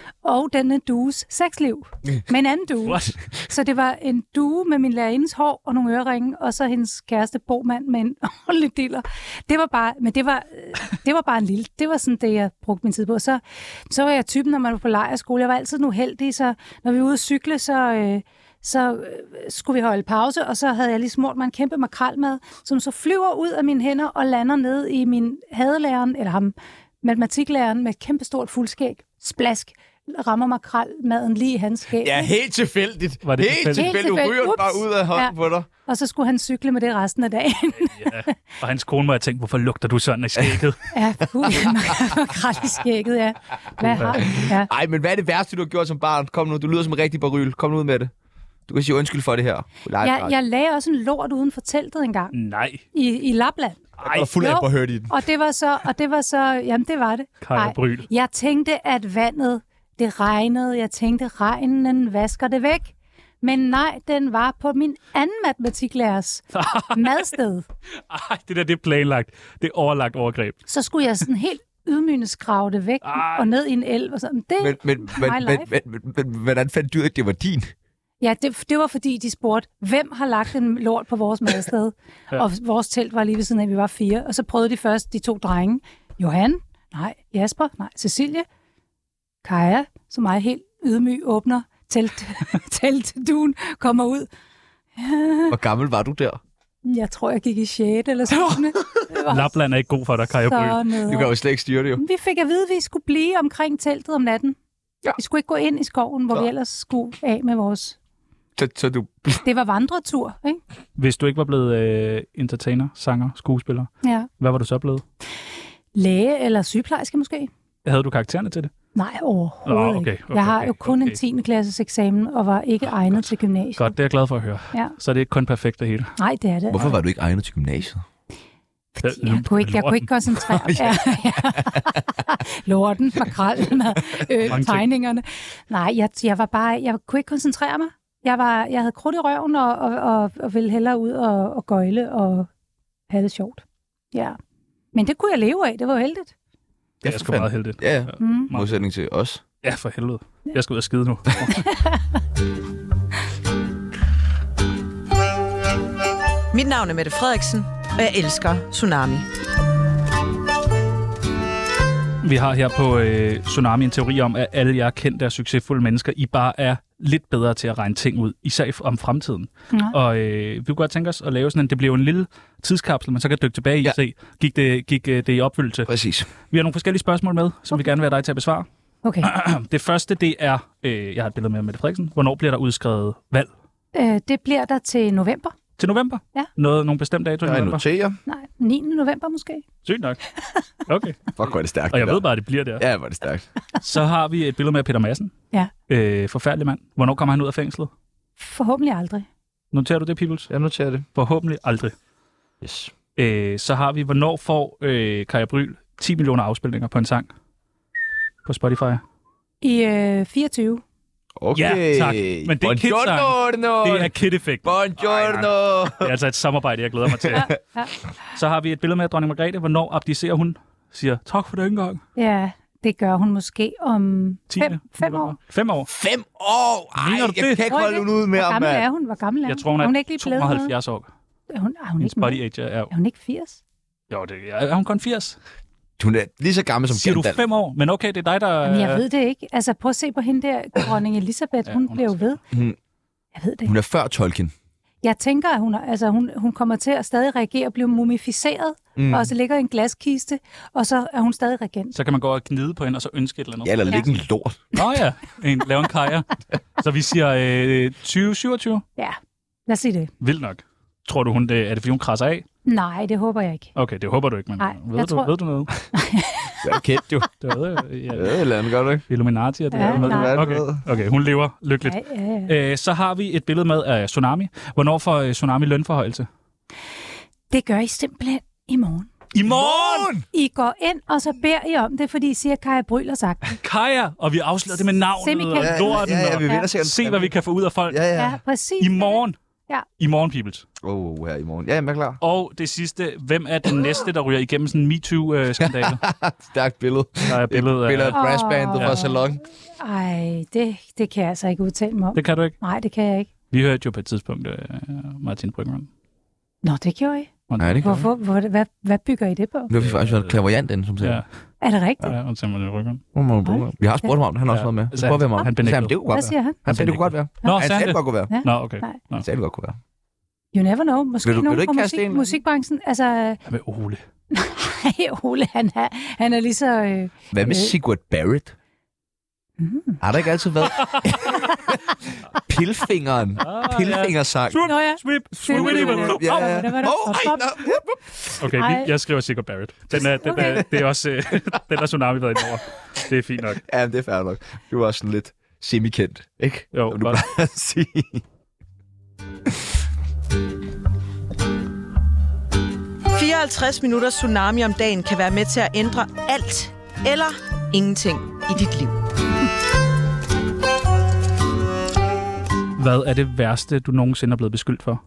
og denne dues sexliv med en anden due. What? Så det var en due med min lærerindes hår og nogle øreringe, og så hendes kæreste Bogmand med en ordentlig diller. Det var bare, men det var, det var bare en lille, det var sådan det, jeg brugte min tid på. Så, så var jeg typen, når man var på lejrskole. Jeg var altid en uheldig, så når vi var ude at cykle, så... Øh, så skulle vi holde pause, og så havde jeg lige smurt mig en kæmpe makrelmad, som så flyver ud af mine hænder og lander ned i min hadelæreren, eller ham, matematiklæreren, med et kæmpe stort fuldskæg. Splask rammer makrelmaden lige i hans skæg. Ja, helt tilfældigt. Var det helt tilfældigt? tilfældigt. Du Helt ryger den tilfældigt. bare ud af hånden Ja. på dig. Og så skulle han cykle med det resten af dagen. Ja. Og hans kone må have tænkt, hvorfor lugter du sådan af skægget? Ja, puh, makrel i skægget, ja. Hvad har ja. Ej, men hvad er det værste, du har gjort som barn? Kom nu, du lyder som en rigtig baryl. Kom nu ud med det. Du kan sige undskyld for det her. Jeg, jeg lagde også en lort uden for teltet engang Nej. i, i Lapland. Ej, og fuld af på hørt i den. Og det var så, og det var så, jamen det var det. Kaja Bryl. Jeg tænkte, at vandet, det regnede. Jeg tænkte, regnen vasker det væk. Men nej, den var på min anden matematiklærers madsted. Ej, det der, det er planlagt. Det er overlagt overgreb. Så skulle jeg sådan helt ydmygende skrave det væk Ej. og ned i en elv og sådan. Det, Men, men, men, my men, life. men, men, men, hvordan fandt du ud af, at det var din? Ja, det, det var fordi, de spurgte, hvem har lagt en lort på vores madsted? Ja. Ja. Og vores telt var lige ved siden af, vi var fire. Og så prøvede de først de to drenge. Johan, nej. Jasper, nej. Cecilie, Kaja, som mig helt ydmyg åbner telt, teltduen, kommer ud. Hvor gammel var du der? Jeg tror, jeg gik i sjette eller sådan. Lapland er ikke god for dig, Kaja Bryl. Du kan jo slet ikke styre det jo. Vi fik at vide, at vi skulle blive omkring teltet om natten. Ja. Vi skulle ikke gå ind i skoven, hvor Så. vi ellers skulle af med vores... Så, så du... Det var vandretur, ikke? Hvis du ikke var blevet øh, entertainer, sanger, skuespiller, Ja. hvad var du så blevet? Læge eller sygeplejerske måske? Havde du karaktererne til det? Nej, overhovedet Nå, okay, ikke. okay, Jeg har okay, jo kun okay. en tiende klasses eksamen og var ikke egnet til gymnasiet. Godt, det er jeg glad for at høre. Ja. Så er det ikke kun perfekt det hele. Nej, det er det. Hvorfor var du ikke egnet til gymnasiet? Fordi jeg kunne ikke, jeg kunne ikke koncentrere mig. Ja, ja. Lorten, makrellen, øh, ting. tegningerne. Nej, jeg, jeg var bare, jeg kunne ikke koncentrere mig. Jeg, var, jeg havde krudt i røven og, og, og, og ville hellere ud og, og gøjle og have det sjovt. Ja. Men det kunne jeg leve af. Det var jo heldigt. Det er sgu meget heldigt. Ja, ja. Mm. Modsætning til os. Ja, for helvede. Jeg skal ud og skide nu. Mit navn er Mette Frederiksen, og jeg elsker Tsunami. Vi har her på øh, Tsunami en teori om, at alle jer kendte og succesfulde mennesker, I bare er lidt bedre til at regne ting ud, især om fremtiden. Ja. Og øh, vi kunne godt tænke os at lave sådan en, det bliver jo en lille tidskapsel, man så kan dykke tilbage i Ja. og se, gik det, gik øh, det i opfyldelse. Præcis. Vi har nogle forskellige spørgsmål med, som okay. vi gerne vil have dig til at besvare. Okay. Det første, det er, øh, jeg har et billede med Mette Frederiksen. Hvornår bliver der udskrevet valg? Øh, det bliver der til november. Til november? Ja. Noget, nogle bestemte dato i Jeg november? noterer. Nej, niende november måske. Sygt nok. Okay. Fuck, hvor er det stærkt. Og jeg det ved der. bare, at det bliver der. Ja, hvor er det stærkt. Så har vi et billede med Peter Madsen. Ja. Øh, forfærdelig mand. Hvornår kommer han ud af fængslet? Forhåbentlig aldrig. Noterer du det, Peoples? Jeg noterer det. Forhåbentlig aldrig. Yes. Øh, så har vi, hvornår får øh, Kaja Bryl ti millioner afspilninger på en sang på Spotify? I øh, fireogtyve. Okay. Ja, tak. Men det er Kid-sang. Buongiorno. Det er Kid-effekt. Buongiorno. Det er altså et samarbejde, jeg glæder mig til. Ja, ja. Så har vi et billede med dronning Margrethe. Hvornår abdicerer hun? Siger, tak for det engang. Ja, det gør hun måske om tiende fem, fem år. Fem år. Fem år? Ej, Mener du jeg det? kan ikke holde ud med Hvor om, gammel er mand. hun? Hvor gammel er Jeg hun? tror, hun er, hun ikke lige blevet noget? tooghalvfjerds år. Er hun, er hun Hendes ikke body mere? age er... Er hun ikke firs? Jo, det er, er hun kun firs? Hun er lige så gammel som Siger du Gandalf. fem år? Men okay, det er dig, der... Jamen, jeg ved det ikke. Altså, prøv at se på hende der, dronning Elisabeth. Ja, Hun hun bliver jo er- ved. Hun, Jeg ved det ikke. hun er før Tolkien. Jeg tænker, at hun, er, altså, hun, hun kommer til at stadig reagere og blive mumificeret, mm. og så ligger i en glaskiste, og så er hun stadig regent. Så kan man gå og gnide på hende, og så ønske et eller andet. Ja, eller Ja. ligge en lort. Nå ja, en, lave en kaja. Så vi siger øh, tyve syvogtyve. Ja, lad os sige det. Vildt nok. Tror du, hun det, er det fordi, hun krasser af? Nej, det håber jeg ikke. Okay, det håber du ikke, men Nej, ved, jeg du, tror- ved du noget? Det er kendt jo. Det ved jeg. Ja, Ja, eller andet godt, ikke? Illuminati og det Ja, der. Ved du nej. hvad? Okay. okay, hun lever lykkeligt. Ja, ja, ja. Øh, så har vi et billede med af Tsunami. Hvornår får øh, Tsunami lønforhøjelse? Det gør I simpelthen i morgen. I morgen! I går ind, og så beder I om det, fordi I siger, Kaja Bryl har sagt det. Kaja! Og vi afslører det med navnet Semikendt. og lorten. Ja, ja, vi og vinder sikkert. se, hvad vi kan få ud af folk. Ja, ja. Ja, præcis. I morgen. Ja. I morgen, Peoples. Åh, oh, her i morgen. Ja, jeg er klar. Og det sidste, hvem er den næste, der ryger igennem sådan en MeToo-skandale? Stærkt billede. Der er billedet af... Billede af brassbandet Åh. fra Salon. Ej, det, det kan jeg altså ikke udtale mig om. Det kan du ikke? Nej, det kan jeg ikke. Vi hørte jo på et tidspunkt uh, Martin Brygman. Nå, det gjorde I. Nej, det kan Hvorfor? Hvor, hvad, hvad bygger I det på? Nu har vi faktisk været klaverjant inde, som siger. Ja, Er det rigtigt? ja, og Martin Brygman. Ja. Vi har spurgt ham om det, han har også Ja. været med. Det Så kunne godt være mig. han Han benægtede. sagde, det kunne godt Hvad være. siger han? Han sagde, det kunne godt være. Nå, Han sagde sagde, han det det? godt kunne være. Ja. Nå, okay. Nej. Nå. Han sagde, det godt kunne være. You never know. Måske Vil du- vil nogen du ikke fra kaste musik, en? musikbranchen. Altså, Hvad med Ole? nej, Ole, han er, han er lige så... Øh, Hvad med Øh. Sigurd Barrett? mm. Har der ikke altid været? Pilfingeren. Pilfingersang. Swoop, Nå ja. sweep, Sweep, swoop, sweep, swoop. Ja, ja. Der var der- Åh, ej, nå. Okay, Ej. vi, jeg skriver Sigurd Barrett. Den er, den er, Okay. det er også, øh, den er Tsunami været ind over. Det er fint nok. Ja, men det er fair nok. Du er også sådan lidt semi-kendt, ikke? Jo, Som du godt. plejer at sige. fireoghalvtreds minutter Tsunami om dagen kan være med til at ændre alt eller ingenting i dit liv. Hvad er det værste, du nogensinde er blevet beskyldt for?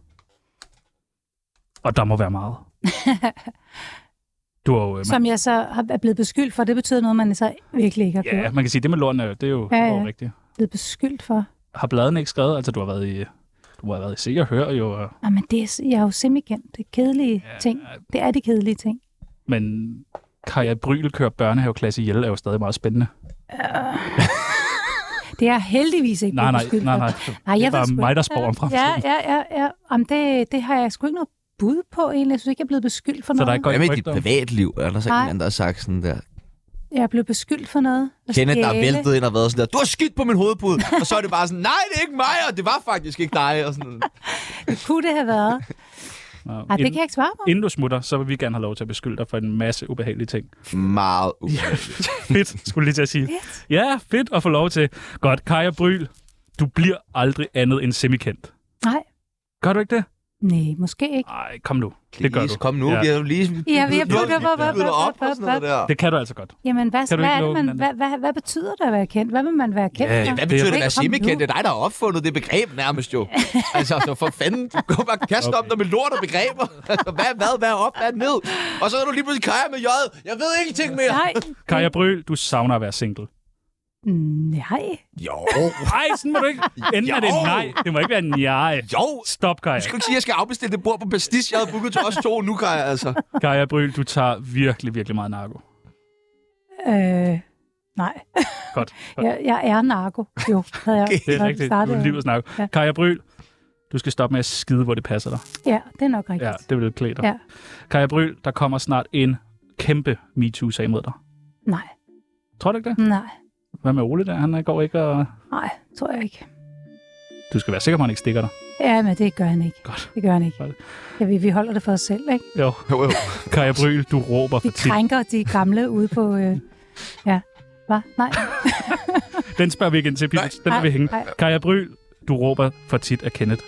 Og der må være meget. Du har jo... øh, Man, Som jeg så har- er blevet beskyldt for. Det betyder noget, man så virkelig ikke har ja, gjort. man kan sige, det med lorten, er- det er jo, Ja, ja, ja. ja. rigtigt. Blevet beskyldt for. Har bladene ikke skrevet? Altså, du har været i... Du har været i Se og Hør jo, og, Nå, men det er, jeg er jo semikendt. Det er kedelige Ja, ting. Det er de kedelige ting. men Kaja Bryl kører børnehaveklasse ihjel, er jo stadig meget spændende. Det er heldigvis ikke Nej, blevet nej, beskyldt nej, for. nej. Nej, Det jeg er bare ved sgu mig, ikke. der spår om fremtiden. Ja, ja, ja. ja. Jamen, det, det har jeg sgu ikke noget bud på, egentlig. Jeg synes ikke, jeg er blevet beskyldt for Så der er noget. ikke godt Hvad med dit rygter om- privatliv? Er der så Nej. en anden, der har sagt sådan der? Jeg er blevet beskyldt for noget. At Kenneth, der er stjæle. væltet ind og været sådan der, du har skidt på min hovedpude. Og så er det bare sådan, nej, det er ikke mig, og det var faktisk ikke dig. Og sådan. Kunne det have været? Nå, Ej, det kan inden, jeg ikke svare på. inden du smutter, så vil vi gerne have lov til at beskylde dig for en masse ubehagelige ting. Meget ubehageligt. Fedt, skulle lige til at sige. Ja, fedt at få lov til. Godt, Kaja Bryl, du bliver aldrig andet end semikendt. Nej. Gør du ikke det? Nej, måske ikke. Nej, kom nu. Det gør Please, du. kom nu, Ja. vi har jo lige... Ja, vi har vi puttet op, op, byder op, op op, og sådan noget op. der. Det kan du altså godt. Jamen, hvad, Kan du hvad, ikke er det, love man, den hvad, hvad, hvad betyder det at være kendt? Hvad vil man være kendt Ja, for? Hvad Det betyder er- det at være Kom nu. semikendt? Det er dig, der har opfundet det begreb nærmest jo. Altså, så for fanden, du går bare kaste Okay. om dig med lort og begreber. Altså, hvad, hvad, hvad er op, hvad er ned? Og så er du lige pludselig Kaja med J. Jeg ved ingenting mere. Nej. Kaja Bryl, du savner at være single. Nej. Jo. Nej, sådan må du ikke. Enten er det Jo. nej. Det må ikke være nej. Jo. Stop, Kaja. Du skal ikke sige, at jeg skal afbestille det bord på Pastis. Jeg havde booket til os to nu, Kaja, altså. Kaja Bryl, du tager virkelig, virkelig meget narko. Øh, nej. Godt. godt. Jeg, jeg er narko. Jo, havde jeg. Okay. Det er når rigtigt. startede. Du er livets narko. Ja. Kaja Bryl, du skal stoppe med at skide, hvor det passer dig. Ja, det er nok rigtigt. Ja, det vil klæde dig. Ja. Kaja Bryl, der kommer snart en kæmpe MeToo-sag mod dig. Nej, Tror du ikke det? nej, Hvad med Ole der? Han går ikke og... nej, tror jeg ikke. Du skal være sikker på, at han ikke stikker dig. Ja, men det gør han ikke. Godt. Det gør han ikke. Godt. Ja, vi, vi holder det for os selv, ikke? Jo. Jo, jo. Kaja Bryl, du råber for Vi tit. krænker de gamle ude på... Øh, ja, hvad? Nej. Den spørger vi ikke ind til, Pibels. Den vil vi hænge. nej. Kaja Bryl, du råber for tit af Kenneth.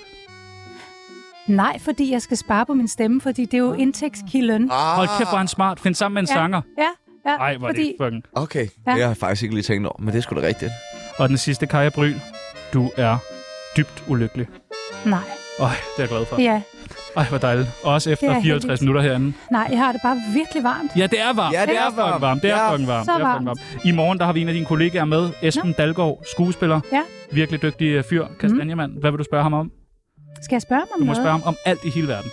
Nej, fordi jeg skal spare på min stemme, fordi det er jo indtægtskilden. Ah, Hold kæft, hvor er han smart. Find sammen med en Ja. sanger. Ja, ja. Ej, hvor er fordi, det fucking... Okay, Ja. det har jeg faktisk ikke lige tænkt over, men det er sgu da rigtigt. Og den sidste, Kaja Bryl, du er dybt ulykkelig. Nej, Øj, det er jeg glad for. ja. Ej, hvor dejligt. Også Det efter er fireoghalvtreds heldigt. minutter herinde. Nej, jeg har det bare virkelig varmt. Ja, det er varmt. Ja, det er fucking varmt. varmt. Det er Ja, fucking varmt. så Det er fucking varmt. varmt. I morgen, der har vi en af dine kollegaer med. Esben Dalgaard, skuespiller. Ja. Virkelig dygtig øh, fyr. Kastanjemand. Hvad vil du spørge ham om? Skal jeg spørge mig om Du må noget? spørge ham om alt i hele verden.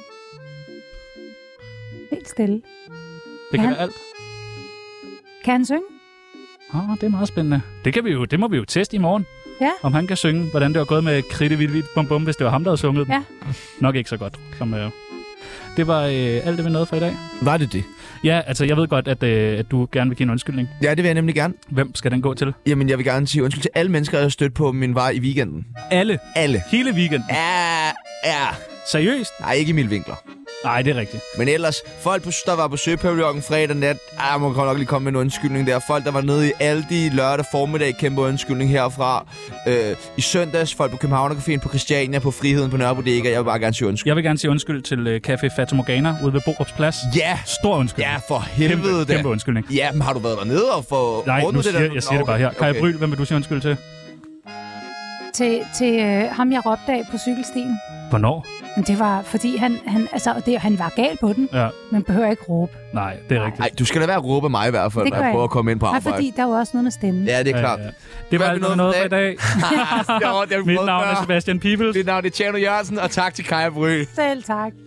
Helt stille. Det kan Ja. være alt. Kan han synge? Åh, oh, det er meget spændende. Det, kan vi jo, det må vi jo teste i morgen. Ja. Om han kan synge, hvordan det var gået med Kridte Vidt Vidt Bum Bum, hvis det var ham, der havde sunget den. Ja. Nok ikke så godt. Som, øh... Det var øh, alt det, vi nåede for i dag. Var det det? Ja, altså jeg ved godt, at, øh, at du gerne vil give en undskyldning. Ja, det vil jeg nemlig gerne. Hvem skal den gå til? Jamen, jeg vil gerne sige undskyld til alle mennesker, jeg har stødt på min vej i weekenden. Alle. Alle. Hele weekenden. Ja, ja. Seriøst? Nej, ikke Emil Winkler. Nej, det er rigtigt. Men ellers, folk, på, der var på Søpavillonen fredag nat, ah, jeg må nok lige komme med en undskyldning der. Folk, der var nede i Aldi lørdag formiddag, kæmpe undskyldning herfra. Øh, I søndags, folk på Københavnercaféen, på Christiania, på Friheden, på Nørrebro Bodega. Jeg vil bare gerne sige undskyld. Jeg vil gerne sige undskyld til øh, Café Fata Morgana ude ved Borups Plads. Ja, Stor undskyldning. ja, for helvede kæmpe, da. kæmpe undskyldning. Ja, men har du været dernede og få Nej, nu ordnet siger, det der? jeg siger det bare her. Kaja Okay. Bryl, hvem vil du sige undskyld til? til, til øh, ham, jeg råbte af på cykelstien. Hvornår? Men det var, fordi han, han, altså, det, han var gal på den. Ja. Man behøver ikke råbe. Nej, det er rigtigt. Nej, du skal da være at råbe mig i hvert fald, Det når gør jeg prøver jeg. at komme ind på Nej, arbejde. fordi der er jo også noget med stemmen. Ja, det er klart. Ja, ja. Det var Hvad alt er vi noget, nået noget for i dag. Jo, det har vi Mit prøvet navn er før. Sebastian Pibels. Mit navn er Tjerno Jørgensen, og tak til Kaja Bry. Selv tak.